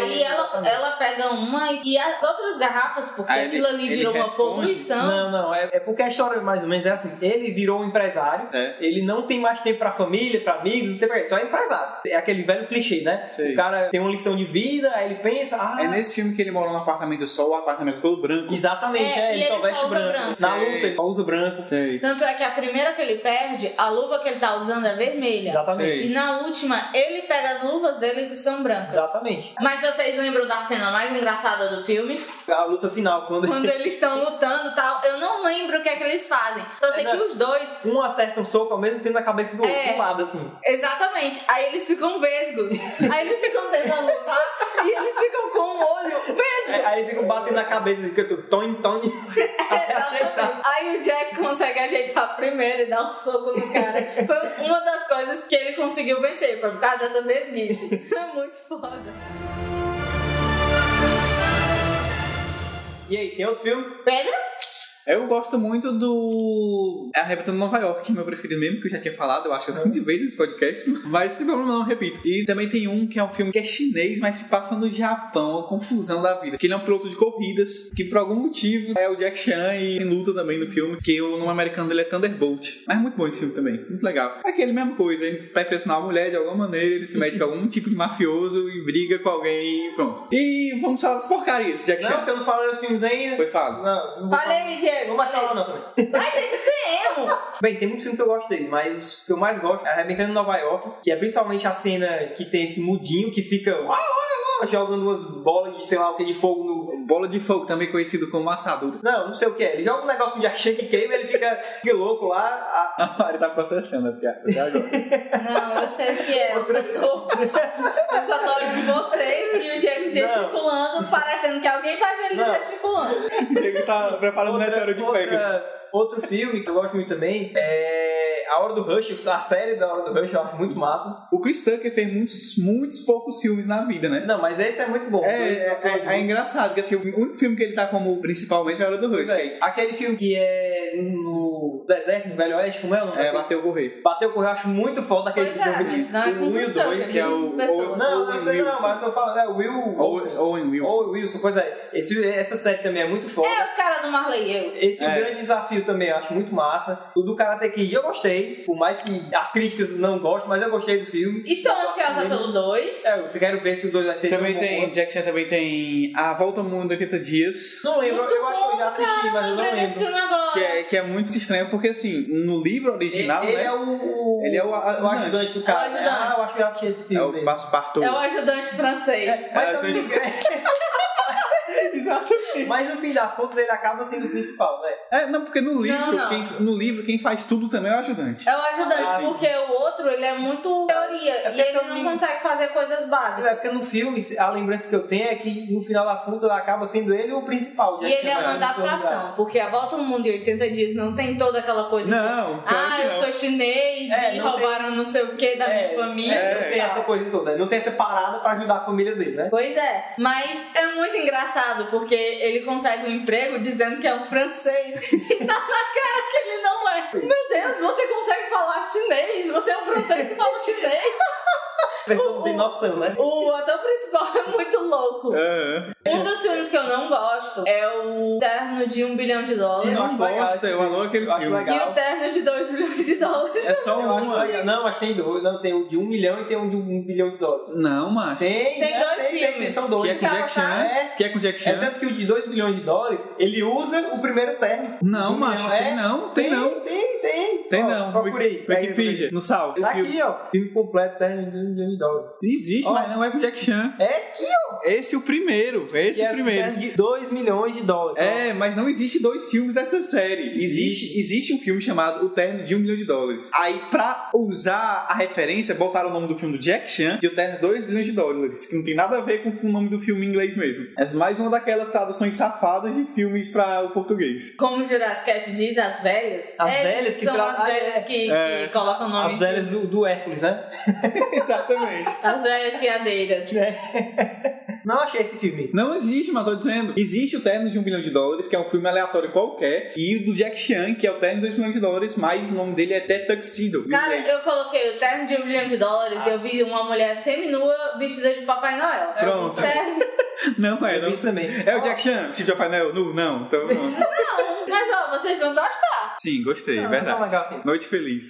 Aí ela pega uma e as outras garrafas, porque Aí aquilo ali virou uma poluição. Não, é porque a história mais ou menos é assim, ele virou um empresário, ele não tem mais tempo pra família, pra amigos, não sei pra quê, só é empresário. É aquele velho clichê, né? Sei. O cara tem uma lição de vida, aí ele pensa... É nesse filme que ele mora num apartamento só, o apartamento todo branco. Exatamente, e ele só veste branco. Na luta ele só usa branco. Sei. Tanto é que a primeira que ele perde, a luva que ele tá usando é vermelha. Exatamente. E na última, ele pega as luvas dele que são brancas. Exatamente. Mas vocês lembram da cena mais engraçada do filme? A luta final, quando eles estão lutando e tal. Eu não lembro o que é que eles fazem. Só sei que os dois... Um acerta um soco ao mesmo tempo na cabeça do outro, do lado, assim. Exatamente. Aí eles ficam vesgos. Aí eles ficam tentando lutar e eles ficam com o olho vesgo. Aí eles ficam batendo na cabeça, fica tudo tom, até ajeitar. Aí o Jack consegue ajeitar primeiro e dar um soco no cara. Foi uma das coisas que ele conseguiu vencer. Foi por causa dessa mesmice. É muito foda. E aí, tem outro filme? Pedro? Eu gosto muito do Arrebentando Nova York, que é meu preferido mesmo, que eu já tinha falado, eu acho que as 15 vezes nesse podcast, mas sem problema não, repito. E também tem um que é um filme que é chinês, mas se passa no Japão, a confusão da vida. Que ele é um piloto de corridas, que por algum motivo é o Jack Chan e tem luta também no filme, que o nome americano dele é Thunderbolt. Mas é muito bom esse filme também, muito legal. É aquele mesma coisa, ele vai impressionar a mulher de alguma maneira, ele se mete com algum tipo de mafioso e briga com alguém e pronto. E vamos falar das porcarias, Jack Chan. Não, porque eu não falei os filmes ainda. Foi falo. Não Falei, Diego. Não vai falar não também. Ai, deixa de ser emo. Bem, tem muito filme que eu gosto dele, mas o que eu mais gosto é Arrebentando Nova York, que é principalmente a cena que tem esse mudinho que fica jogando umas bolas de sei lá o que de fogo no... Bola de fogo, também conhecido como assadura. Não sei o que é. Ele joga um negócio de achei que queima e ele fica louco lá. A Mari tá processando a piada até agora. Não, eu sei o que é. Eu só tô olhando vocês e o Diego gesticulando, parecendo que alguém vai ver ele gesticulando. O Diego tá preparando um meteoro de Pegasus. Outro filme que eu gosto muito também é A Hora do Rush, a série da Hora do Rush eu acho muito massa. O Chris Tucker fez muitos poucos filmes na vida, né? Não, mas esse é muito bom. É engraçado, porque assim, o único filme que ele tá como principal mesmo é A Hora do Rush. Aquele filme que é no deserto, no Velho Oeste, como é o nome? Bateu Correr. Bateu Correr, eu acho muito foda aquele filme. Do 1 e 2, que é o... Não, eu sei não, mas eu tô falando, é o Owen Wilson. Owen Wilson, coisa aí. Essa série também é muito foda. É o cara do Marley. Esse é o grande desafio também, eu acho muito massa. O do Karate Kid eu gostei, por mais que as críticas não gostem, mas eu gostei do filme. Estou ansiosa pelo 2. Eu quero ver se o 2 vai ser também tem, Jack Chan também tem A Volta ao Mundo em 80 Dias. Não lembro, muito eu acho que eu já assisti, cara, mas eu não lembro. Agora. Que é muito estranho, porque assim, no livro original, ele né? Ele é o ajudante do cara. Eu acho que eu assisti esse filme. É o Passepartout. É o ajudante francês. Mas se eu não me engano... Exatamente. Mas no fim das contas ele acaba sendo o principal, né? Não, porque no livro, quem faz tudo também é o ajudante. É o ajudante, porque o outro, ele é muito teoria. E ele não consegue fazer coisas básicas. É porque no filme, a lembrança que eu tenho é que no final das contas acaba sendo ele o principal. E ele é uma adaptação, porque A Volta ao Mundo em 80 Dias não tem toda aquela coisa eu sou chinês e roubaram não sei o que da minha família. Não tem essa coisa toda. Não tem essa parada pra ajudar a família dele, né? Pois é. Mas é muito engraçado, porque ele consegue um emprego dizendo que é um francês e tá na cara que ele não é. Meu Deus, você consegue falar chinês? Você é um francês que fala chinês? A pessoa não tem noção, né? O ator principal é muito louco. Um dos filmes que eu não gosto é o Terno de $1 bilhão. Não gosta, eu adoro aquele filme. E o Terno de $2 bilhões. É só um. Não, mas tem dois. Não, tem o de $1 milhão e tem um de $1 bilhão. Não, macho. Tem dois filmes. São dois. Que é com Jack Chan. Que é com Jack Chan. É tanto que o de $2 bilhões ele usa o primeiro terno. Não, macho, tem não. Tem não. Procurei. Wikipedia, no salve. Tá aqui, ó. Filme completo, terno de $1 bilhão. Existe, mas não é com Jack Chan. É aqui, ó. Esse é o primeiro. Esse é o primeiro. De $2 milhões. Mas não existe dois filmes dessa série. Existe um filme chamado O Terno de $1 bilhão. Aí, pra usar a referência, botaram o nome do filme do Jack Chan de O Terno de $2 bilhões, que não tem nada a ver com o nome do filme em inglês mesmo. É mais uma daquelas traduções safadas de filmes para o português. Como o Jurassic Cast diz, as velhas. As velhas que são as velhas que colocam o nome. As velhas do Hércules, né? Exatamente. As velhas fiadeiras. Não achei esse filme. Não existe, mas tô dizendo. Existe o Terno de $1 bilhão, que é um filme aleatório qualquer, e o do Jack Chan, que é o Terno de $2 milhões, mas o nome dele é até Tuxedo. Cara, eu coloquei o Terno de $1 bilhão e eu vi uma mulher seminua vestida de Papai Noel. Pronto. Sério? Não é, não. Isso também. É o Jack Chan, vestido de Papai Noel nu? Não, então não. Não, mas ó, vocês vão gostar. Sim, gostei, Não, verdade. não é tão legal assim. Noite feliz.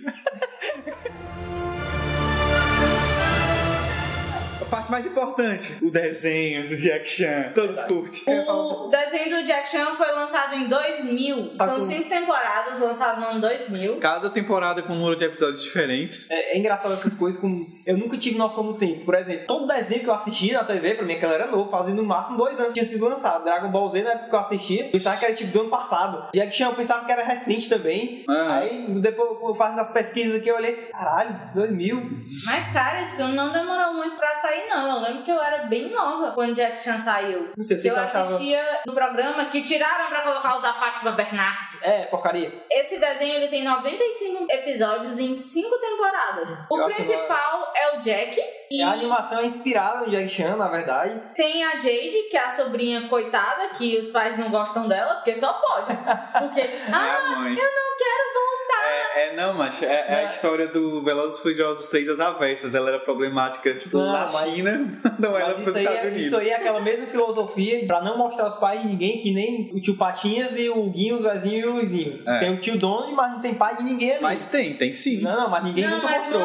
A parte mais importante, o desenho do Jack Chan. Todos curtem. O desenho do Jack Chan foi lançado em 2000. São 5 temporadas, lançado no ano 2000. Cada temporada com um número de episódios diferentes. É engraçado essas coisas, como eu nunca tive noção do tempo. Por exemplo, todo desenho que eu assistia na TV, pra mim aquela era novo, fazia no máximo 2 anos que tinha sido lançado. Dragon Ball Z, na época que eu assistia, pensava que era tipo do ano passado. Jack Chan eu pensava que era recente também. Aí depois fazendo as pesquisas aqui, eu olhei, caralho, 2000. Mas, cara, esse filme não demorou muito pra sair, não. Eu lembro que eu era bem nova quando Jack Chan saiu. Não sei, eu assistia no programa que tiraram pra colocar o da Fátima Bernardes. É, porcaria. Esse desenho ele tem 95 episódios em 5 temporadas. O principal é o Jack. E a animação é inspirada no Jack Chan, na verdade. Tem a Jade, que é a sobrinha coitada, que os pais não gostam dela, porque só pode. Porque, eu não quero voltar. Não, mas é a história do Velozes e Furiosos 3 às avessas. Ela era problemática na China, não era nos Estados Unidos. Isso aí é aquela mesma filosofia pra não mostrar os pais de ninguém, que nem o tio Patinhas e o Guinho, o Zezinho e o Luizinho. Tem o tio Donald, mas não tem pai de ninguém ali. Mas tem sim. Não, mas ninguém nunca mostrou.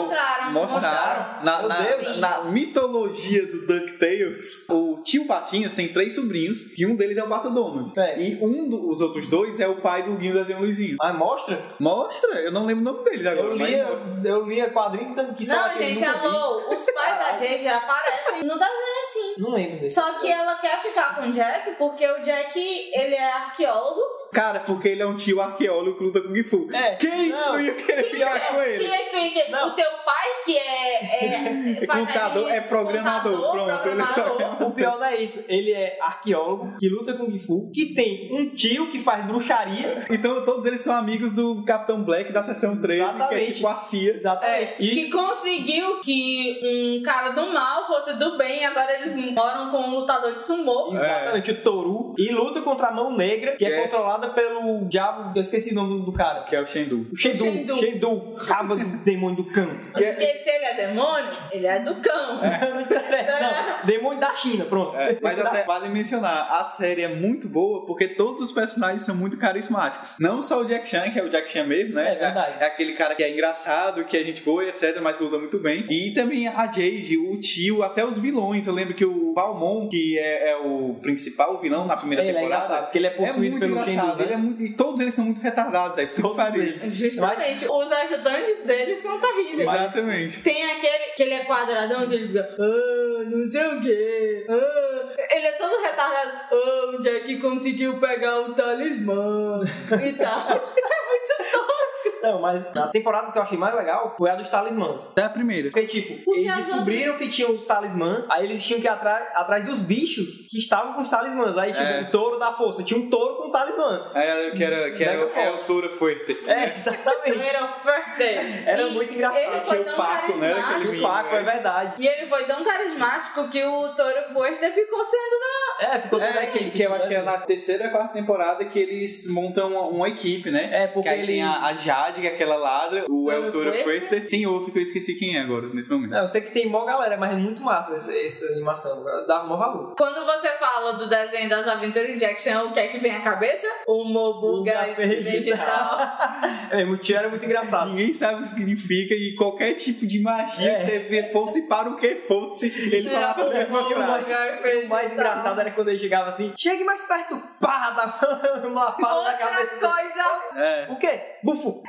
Mostraram. Na mitologia do DuckTales, o tio Patinhas tem 3 sobrinhos, e um deles é o Pato Donald. E os outros 2 é o pai do Guinho, Zezinho e o Luizinho. Mas mostra? Mostra? Eu não lembro o nome deles agora. Eu lia quadrinho que só não, gente, alô, os pais da Jade já aparecem no desenho, sim. Não lembro dele. Só que ela quer ficar com o Jack porque o Jack, ele é arqueólogo. Cara, porque ele é um tio arqueólogo que luta com Kung Fu. Quem não ia querer ficar com ele? O teu pai que é contador, é programador. Pronto. O pior não é isso. Ele é arqueólogo que luta com Kung Fu, que tem um tio que faz bruxaria. Então todos eles são amigos do Capitão Black da Seção 13, exatamente, que é tipo a CIA. Exatamente. Que conseguiu que um cara do mal fosse do bem e agora eles moram com um lutador de sumô. Exatamente, o Toru. E luta contra a Mão Negra, que é controlada pelo diabo, eu esqueci o nome do cara. Que é o Shendu. O Shendu, cabo do demônio do cão. Porque se ele é demônio, ele é do cão. Não, demônio da China, pronto. Mas até vale mencionar, a série é muito boa porque todos os personagens são muito carismáticos. Não só o Jack Chan, que é o Jack Chan mesmo, né? É verdade. É aquele cara que é engraçado, que é gente boa, etc, mas luta muito bem. E também a Jade, o tio, até os vilões. Eu lembro que o Valmont, que é o principal vilão na primeira temporada. Ele é engraçado, porque ele é possuído pelo Shendu, né? E todos eles são muito retardados, velho. Justamente. Os ajudantes deles são terríveis. Exatamente. Tem aquele que ele é quadradão, que ele fica... não sei o quê. Ele é todo retardado. O Jack conseguiu pegar o talismã e tal. É muito tosco. Não, mas a temporada que eu achei mais legal foi a dos talismãs. É a primeira. Porque, tipo, eles descobriram que tinham os talismãs, aí eles tinham que ir atrás dos bichos que estavam com os talismãs. Aí, tipo, o touro da força. Tinha um touro com um talismã. Que era o touro fuerte. Exatamente. Era forte. Era muito engraçado. Ele foi tão carismático. Tinha o Paco, é verdade. E ele foi tão carismático que o touro fuerte ficou sendo ficou sendo a equipe. Que eu acho que é na terceira ou quarta temporada que eles montam uma equipe, né? Porque que aí tem a Jade, que é aquela ladra, o El Toro Fuerte. Tem outro que eu esqueci quem é agora, nesse momento. Não, eu sei que tem mó galera, mas é muito massa essa animação. Dá mó valor. Quando você fala do desenho das aventuras de Jack Chan, o que é que vem à cabeça? O Mobuga digital. O tio era muito engraçado. Ninguém sabe o que significa e qualquer tipo de magia que você vê, fosse para o que fosse, ele falava a mesma frase. O mais engraçado era quando ele chegava assim, chegue mais perto, pá, dava uma pala na cabeça. Outra coisa. O quê? Bufo.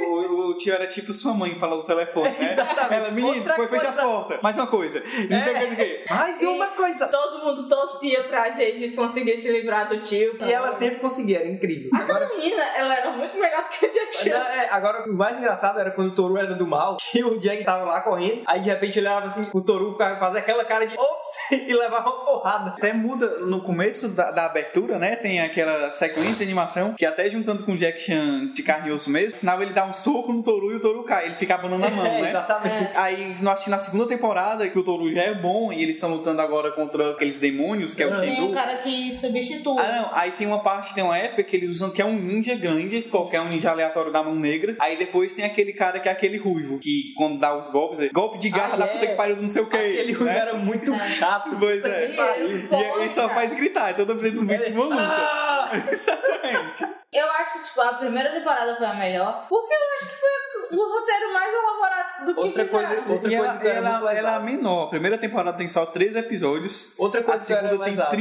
O tio era tipo sua mãe falando no telefone, né? Exatamente. Ela, menino, foi fechar as portas. Mais uma coisa. Não sei o que. Mais uma coisa. Todo mundo torcia pra Jade conseguir se livrar do tio. E ela sempre conseguia, era incrível. Aquela menina, ela era muito melhor que a Jack Chan. Agora, o mais engraçado era quando o Toru era do mal e o Jack tava lá correndo, aí de repente ele olhava assim, o Toru fazia aquela cara de ops e levava uma porrada. Até muda no começo da abertura, né? Tem aquela sequência de animação que até juntando com o Jack Chan de carne e osso mesmo, no final ele dá um soco no Toru e o Toru cai. Ele fica abanando a mão, né? Exatamente. Aí, nós acho que na segunda temporada, que o Toru já é bom e eles estão lutando agora contra aqueles demônios, que é o Tem Shendu. um cara que substitui. Ah, não. Aí tem uma época que eles usam que é um ninja grande, qualquer um ninja aleatório da mão negra. Aí depois tem aquele cara que é aquele ruivo, que quando dá os golpes, é golpe de garra da puta que pariu do não sei o que. Aquele ruivo né? era muito chato. Pois é. Ele E ele só faz gritar, toda vez no vídeo uma luta. Exatamente. Eu acho que, tipo, a primeira temporada foi a melhor, porque eu acho que foi o roteiro mais elaborado do que Outra coisa fizeram. que eu era muito Ela é lesado. menor. A primeira temporada tem só 13 episódios. Outra coisa A que eu era segunda tem lesado.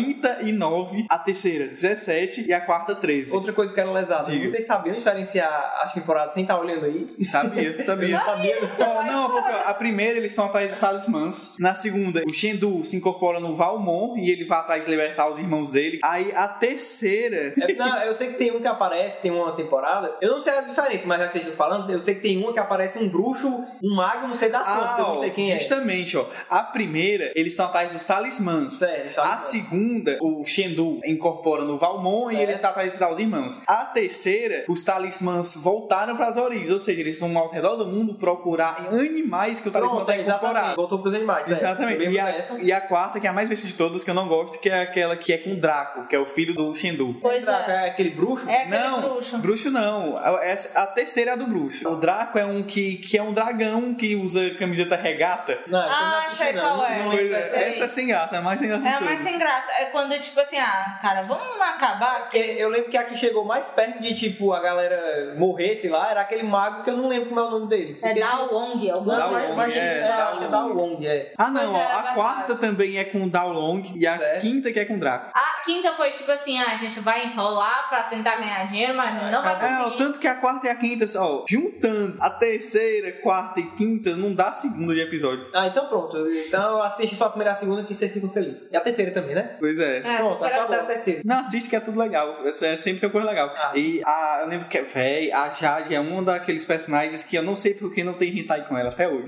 39, a terceira 17 e a quarta 13. Outra coisa que era lesado. Diga. Vocês sabiam diferenciar as temporadas sem estar olhando aí? Sabia. Eu sabia. Não, porque ó, a primeira eles estão atrás dos talismãs. Na segunda, o Shendu se incorpora no Valmont e ele vai atrás de libertar os irmãos dele. Aí a terceira. Não, eu sei que tem um que aparece, tem uma temporada. Eu não sei a diferença, mas já que vocês estão falando, eu sei que tem uma que aparece um bruxo, um mago, não sei das quantas, eu não sei quem é. Justamente, ó. A primeira, eles estão atrás dos talismãs. Sério, A segunda, o Shendu incorpora no Valmont e ele tá atrás de os irmãos. A terceira, os talismãs voltaram para as origens, ou seja, eles vão ao redor do mundo procurar animais que o talismã Pronto, tá exatamente. incorporado. Voltou pros animais, sério. Exatamente. Eu lembro dessa. E a quarta, que é a mais vestida de todas, que eu não gosto, que é aquela que é com o Draco, que é o filho do Shendu. Pois é. É aquele bruxo? É aquele Não, bruxo. não. A terceira é a do bruxo. O Draco é um que é um dragão que usa camiseta regata. Não, essa eu não assisti, sei não. qual é. Não lembro dessa. Sei. Essa é sem graça, é a mais sem graça É de a mais todas. sem graça. É quando, tipo assim, cara, vamos acabar. Porque eu lembro que a que chegou mais perto de, tipo, a galera morrer, sei lá, era aquele mago que eu não lembro como é o nome dele. É Porque, Dao Wong, alguma Dao coisa Wong, assim. acho que é Dao Wong, é. Ah, não, Pois ó, é, a verdade. quarta também é com o Dao Long e a Certo. quinta que é com o Draco. A quinta foi tipo assim, a gente vai enrolar pra tentar ganhar dinheiro, mas não vai É, ó, conseguir. tanto que a quarta e a quinta, ó, juntando a terceira, quarta e quinta, não dá segunda de episódios. Ah, então pronto. Então eu assisto só a primeira e a segunda que vocês ficam felizes. E a terceira também, né? Pois é. Pronto, terceira só até a boa. terceira. Não, assiste que é tudo legal. Sempre tem coisa legal. Ah. E eu lembro que, véi, a Jade é um daqueles personagens que eu não sei por que não tem hentai com ela até hoje.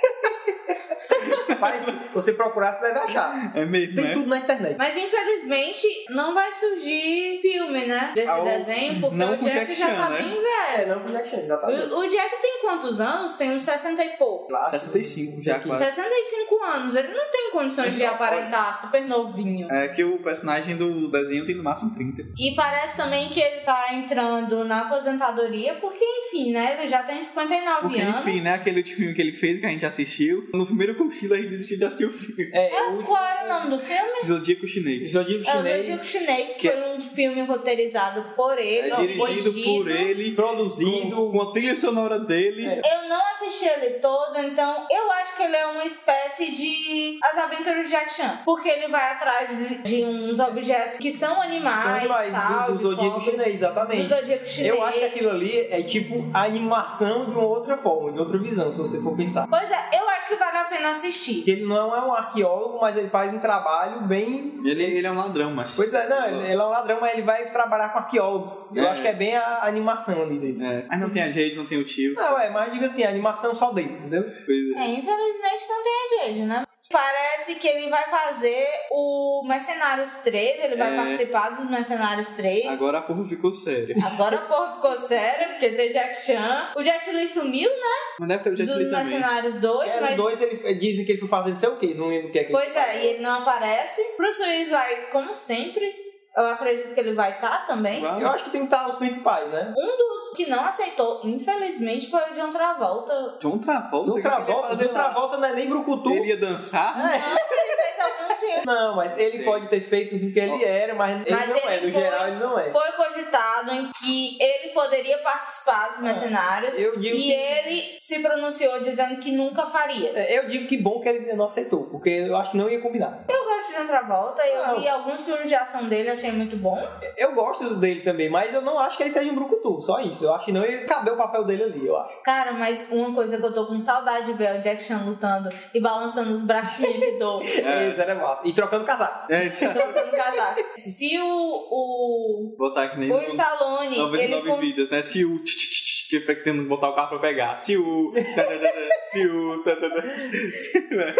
Mas se você procurar, você deve achar. É mesmo, Tem né? tudo na internet. Mas infelizmente não vai surgir filme, né? Desse desenho, porque não o com Jack Jack já Chan, tá né? bem velho. Não com Jack Chan, exatamente. O Jack tem quantos anos? Tem uns 60 e pouco. Claro. 65 já, quase. 65 anos. Ele não tem condições de aparentar super novinho. É que o personagem do desenho tem no máximo 30. E parece também que ele tá entrando na aposentadoria, porque, enfim, né? Ele já tem 59 Porque, anos. enfim, né? Aquele último filme que ele fez, que a gente assistiu, no primeiro cochilo a gente desistiu de assistir o filme. Qual era o nome do filme? Zodíaco Chinês. Zodíaco É o Chinês, Zodíaco Chinês, que que foi um filme roteirizado por ele, Dirigido por ele, produzido. com a trilha sonora dele. Eu não assisti ele todo, então eu acho que ele é uma espécie de As Aventuras de Jack Chan. Porque ele vai atrás de uns objetos que são animais, São animais tal, do de Zodíaco cobre, Chinês, exatamente. Do Zodíaco Chinês. Eu acho que aquilo ali é tipo a animação de uma outra forma, de outra visão, se você for pensar. Pois é, eu acho que vale a pena assistir. Ele não é um arqueólogo, mas ele faz um trabalho bem... Ele é um ladrão, mas. Pois é, não, ele é um ladrão, mas ele vai trabalhar com arqueólogos. Eu É. acho que é bem a animação ali dele. É. Mas não tem a Jade, não tem o tio. Não, mas diga assim, a animação só dele, entendeu? Pois é. Infelizmente não tem a Jade, né? Parece que ele vai fazer o Mercenários 3, ele vai participar dos Mercenários 3. Agora a porra ficou séria. Agora a porra ficou séria, porque tem Jack Chan. O Jet Li sumiu, né? Mas deve ter o Jet Dos Li também. Mercenários 2, É, mas... no 2 ele dizem que ele foi fazer não sei o que, não lembro o que é que Pois é, e ele não aparece. Bruce Willis vai, como sempre. Eu acredito que ele vai estar também. Vai. Eu acho que tem que estar os principais, né? Um dos que não aceitou, infelizmente, foi o John Travolta. John Travolta? No Travolta, o Travolta não é nem brucutu. Ele ia dançar? Ele fez alguns filmes. Não, mas ele pode ter feito o que ele era, mas ele Mas não é. No geral, ele não é. Foi cogitado em que ele poderia participar dos Mercenários. Eu digo e que- ele se pronunciou dizendo que nunca faria. Eu digo que bom que ele não aceitou, porque eu acho que não ia combinar. Eu gosto de John Travolta, eu Não. vi alguns filmes de ação dele, achei muito bons. Eu gosto dele também, mas eu não acho que ele seja um brucutu, só isso. Eu acho que não ia caber o papel dele ali, eu acho. Cara, mas uma coisa que eu tô com saudade de ver é o Jack Chan lutando e balançando os bracinhos de dor. Isso era massa. E trocando casaco. É isso. Trocando casaco. Se o Botar aqui nem o Stallone, 99 vidas, né? Se o que fica tentando botar o carro pra pegar. Se o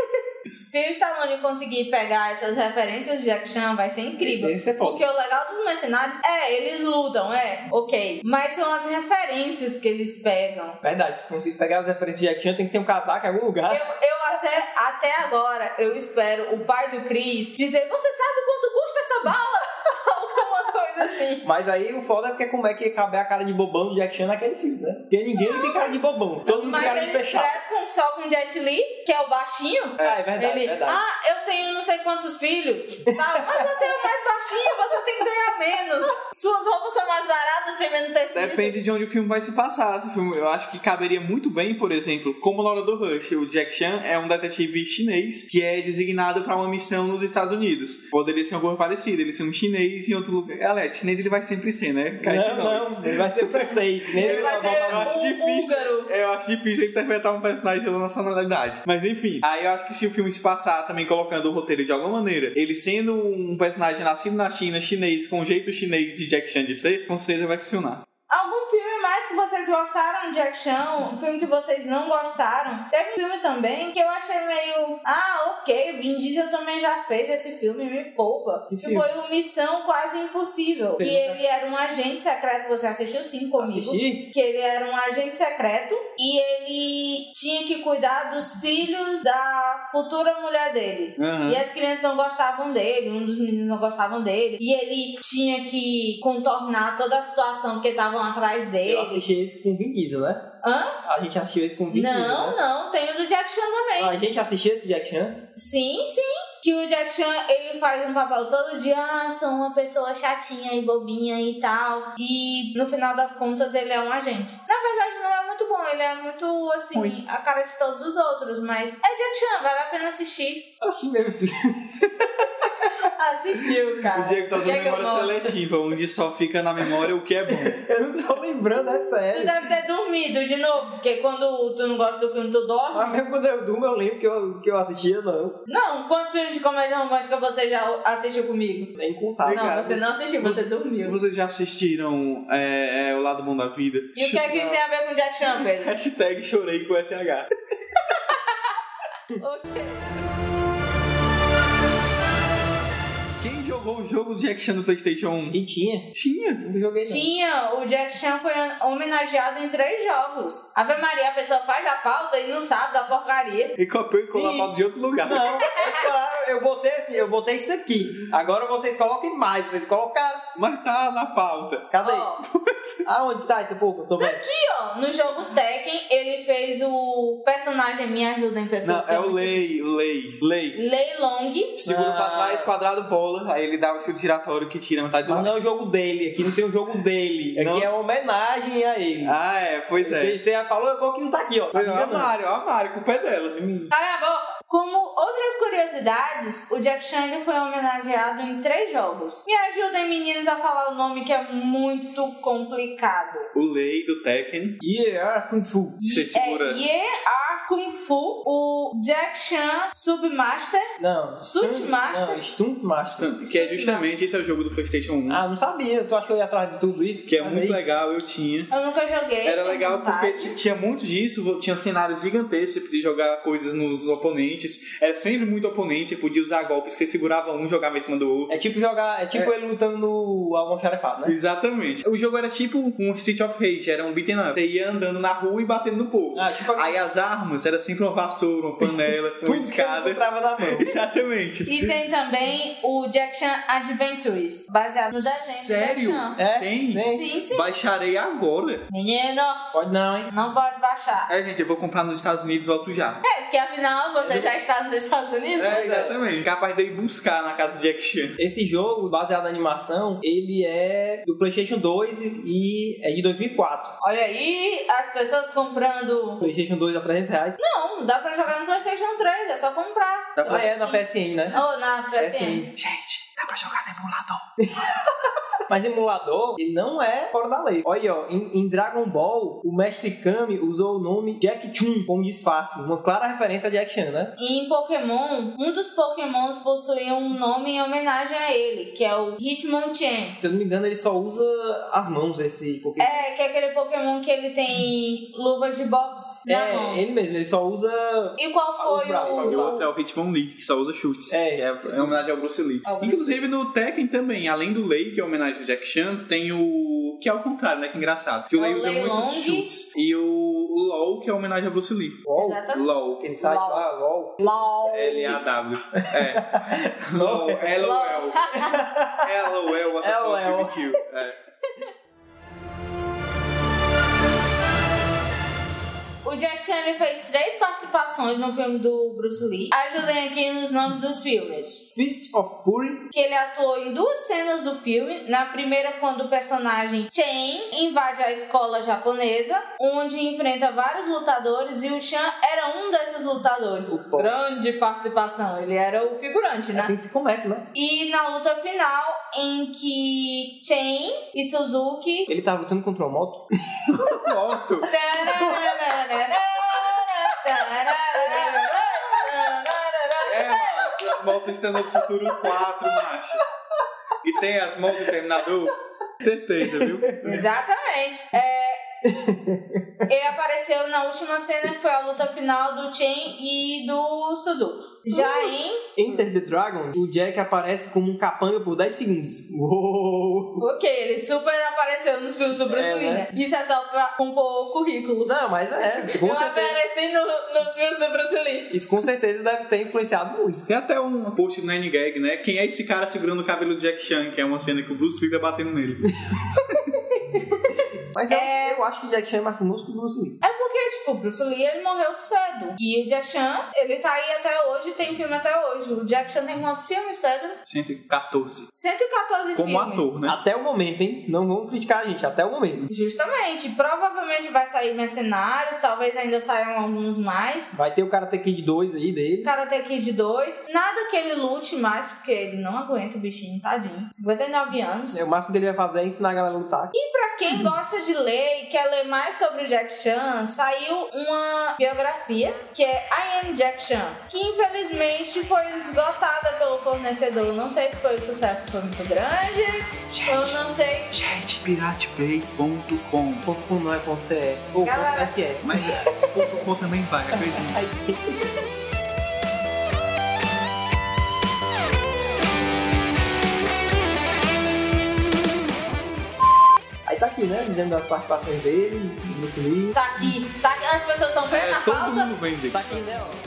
Se o Stallone conseguir pegar essas referências de Jack Chan, vai ser incrível. Esse é foda. Porque o legal dos Mercenários eles lutam, ok. Mas são as referências que eles pegam. Verdade, se conseguir pegar as referências de Jack Chan, tem que ter um casaco em algum lugar. Eu até agora, eu espero o pai do Chris dizer: você sabe quanto custa essa bala? Alguma coisa assim. Mas aí o foda é porque como é que ia caber a cara de bobão do Jack Chan naquele filme, né? Porque ninguém tem cara de bobão. Todo mundo tem cara de fechado. Mas eles crescem só com Jet Li, que é o baixinho. É verdade, verdade. Eu tenho não sei quantos filhos. Tá, mas você é o mais baixinho, você tem que ganhar menos. Suas roupas são mais baratas, tem menos tecido. Depende de onde o filme vai se passar. Esse filme, eu acho que caberia muito bem, por exemplo, como na hora do Rush. O Jack Chan é um detetive chinês que é designado para uma missão nos Estados Unidos. Poderia ser uma coisa parecida. Ele ser um chinês em outro lugar. Aliás, chinês ele vai sempre ser, né? Não, ele vai ser francês. Ele vai ser húngaro. Eu acho difícil interpretar um personagem de outra nacionalidade. Mas enfim, aí eu acho que se o filme se passar também colocando o roteiro de alguma maneira, ele sendo um personagem nascido na China, chinês, com o jeito chinês de Jack Chan de ser, com certeza vai funcionar. Algum filme mais que vocês gostaram de Jack Chan? Um filme que vocês não gostaram? Teve um filme também que eu achei meio... ok, Vin Diesel também já fez esse filme, me poupa. Que foi o Missão Quase Impossível. Que ele era um agente secreto. Você assistiu sim comigo? Assisti. Que ele era um agente secreto e ele tinha que cuidar dos filhos da futura mulher dele. Uhum. E as crianças não gostavam dele, um dos meninos não gostavam dele. E ele tinha que contornar toda a situação porque estavam atrás dele. Eu assisti esse com o Vin Diesel, né? A gente assistiu esse com o Vin Diesel, né? Não, tem o do Jack Chan também. A gente assistiu esse do Jack Chan? Sim. Que o Jack Chan, ele faz um papel todo dia, sou uma pessoa chatinha e bobinha e tal. E no final das contas ele é um agente. Na verdade não é muito bom, ele é muito, assim, a cara de todos os outros. Mas é Jack Chan, vale a pena assistir. Eu assisti mesmo esse filme. Assistiu, cara. O Diego tá usando memória seletiva, onde só fica na memória o que é bom. Eu não tô lembrando, é sério. Tu deve ter dormido de novo, porque quando tu não gosta do filme, tu dorme. Mas mesmo quando eu durmo, eu lembro que eu assistia, não. Não, quantos filmes de comédia romântica você já assistiu comigo? Nem contar. Não, você não assistiu, você dormiu. Vocês já assistiram O Lado Bom da Vida? E o que é que isso tem a ver com Jack Chan, Pedro? Hashtag chorei com SH. Ok. Quem jogou o jogo do Jack Chan no PlayStation 1? E tinha. Tinha? Não joguei, não. Tinha, o Jack Chan foi homenageado em 3 jogos. Ave Maria, a pessoa faz a pauta e não sabe da porcaria. E copiou e colou a pauta de outro lugar. Não, é claro, eu botei isso aqui. Agora vocês coloquem mais, vocês colocaram. Mas tá na pauta. Cadê? Ó, Aonde tá esse pouco? Tô vendo. aqui, ó, no jogo Tekken, ele fez o personagem, me ajudem, pessoas. Não, é o Lei. Lei Long. Segura pra trás, quadrado, bola. Aí ele dá o chute giratório que tira metade do Mas não é o jogo dele, aqui não tem o jogo dele. Aqui Não. é uma homenagem a ele. Pois é. Você já falou, é bom que não tá aqui, ó. Tá Olha a Mário, com o pé dela. Cala a boca. Como outras curiosidades, o Jack Chan ele foi homenageado em 3 jogos. Me ajudem, meninos, a falar o nome que é muito complicado. O Lei do Tekken. Yeah, Kung Fu. Você segura. Kung Fu, o Jack Chan Submaster. Não. Stunt Master? Não, Stunt Master. Que é justamente esse é o jogo do PlayStation 1. Ah, não sabia. Tu achou que eu ia atrás de tudo isso? Que é muito legal, eu tinha. Eu nunca joguei. Era tenho legal vontade. porque tinha muito disso, tinha cenários gigantescos, você podia jogar coisas nos oponentes. Era sempre muito oponente, você podia usar golpes que você segurava um e jogava em cima do outro. É tipo ele lutando no almoxarifado, né? Exatamente. O jogo era tipo um Street of Rage, era um beat'em up. Você ia andando na rua e batendo no povo. Aí as armas era sempre uma vassoura, uma panela, uma escada. Trava na mão. Exatamente. E tem também o Jack Chan Adventures, baseado no desenho Sério? do Jack Chan. É? Tem? Sim. Baixarei agora. Menino, Pode não, hein? não pode baixar. Gente, eu vou comprar nos Estados Unidos e volto já. Porque afinal você já está nos Estados Unidos? Exatamente. Capaz de eu ir buscar na casa do Jack Chan. Esse jogo, baseado na animação, ele é do PlayStation 2 e é de 2004. Olha aí, as pessoas comprando... PlayStation 2 a R$300. Não, dá pra jogar no PlayStation 3, é só comprar. Dá pra- Na PSN, né? Ou na PSN. Gente, dá pra jogar no emulador. Mas emulador, ele não é fora da lei. Olha aí, ó, em Dragon Ball, o mestre Kami usou o nome Jack Chun como disfarce, uma clara referência a Jack Chan, né? E em Pokémon, um dos Pokémons possuía um nome em homenagem a ele, que é o Hitmonchan. Se eu não me engano, ele só usa as mãos, esse Pokémon. É, que é aquele Pokémon que ele tem luvas de boxe na mão. Ele mesmo, ele só usa... E qual foi o do... É o Hitmonlee, que só usa chutes. É. É homenagem ao Bruce Lee. Inclusive no Tekken também, além do Lei, que é homenagem ao Jack Chan, tem o... que é ao contrário, né? Que engraçado. Que o Lei usa muitos chutes. E o LOL, que é homenagem ao Bruce Lee. Exatamente. LOL. Aquele site lá, LOL. LOL. L-A-W. É. LOL. LOL. LOL. What the fuck, BBQ. É. O Jack Chan ele fez 3 participações no filme do Bruce Lee. Ajudem aqui nos nomes dos filmes. Fist of Fury. Que ele atuou em 2 cenas do filme. Na primeira, quando o personagem Chen invade a escola japonesa, onde enfrenta vários lutadores, e o Chan era um desses lutadores. Grande participação. Ele era o figurante, né? É assim que se começa, né? E na luta final, em que Chen e Suzuki... Ele tava lutando contra uma moto? Moto. As motos estão no futuro 4, macho. E tem as motos do Terminador. Certeza, viu? Exatamente. Ele apareceu na última cena, que foi a luta final do Chen e do Suzuki. Já em Enter the Dragon, o Jack aparece como um capanga por 10 segundos. Uou! Ok, ele super apareceu nos filmes do Bruce Lee, né? Isso é só pra compor o currículo. Não, mas com Eu certeza. apareci nos filmes do Bruce Lee. Isso com certeza deve ter influenciado muito. Tem até um post do Nine Gag, né? Quem é esse cara segurando o cabelo do Jack Chan? Que é uma cena que o Bruce Lee vai batendo nele. Mas eu acho que Jack Chan é mais famoso que o Bruce Lee. É porque, tipo, o Bruce Lee, ele morreu cedo. E o Jack Chan, ele tá aí até hoje, tem filme até hoje. O Jack Chan tem quantos filmes, Pedro? 114. 114 Como filmes. ator, né? Até o momento, hein? Não vamos criticar a gente, até o momento. Justamente. Provavelmente vai sair Mercenários, talvez ainda saiam alguns mais. Vai ter o Karate Kid 2 aí dele. Karate Kid 2. Nada que ele lute mais, porque ele não aguenta o bichinho, tadinho. 59 anos. O máximo que ele vai fazer é ensinar a galera a lutar. E pra quem gosta de ler e quer ler mais sobre o Jack Chan, saiu uma biografia que é I Am Jack Chan, que infelizmente foi esgotada pelo fornecedor. Não sei se foi o sucesso foi muito grande, eu não sei. Gente, piratebay.com. .com não é .ce ou Galera, .se. Mas .com também vai, acredite. Aí tá aqui, né? Dizendo das participações dele, do Bruce Lee. Tá aqui, as pessoas estão vendo a Todo pauta. mundo vende. Tá aqui, né? Ó.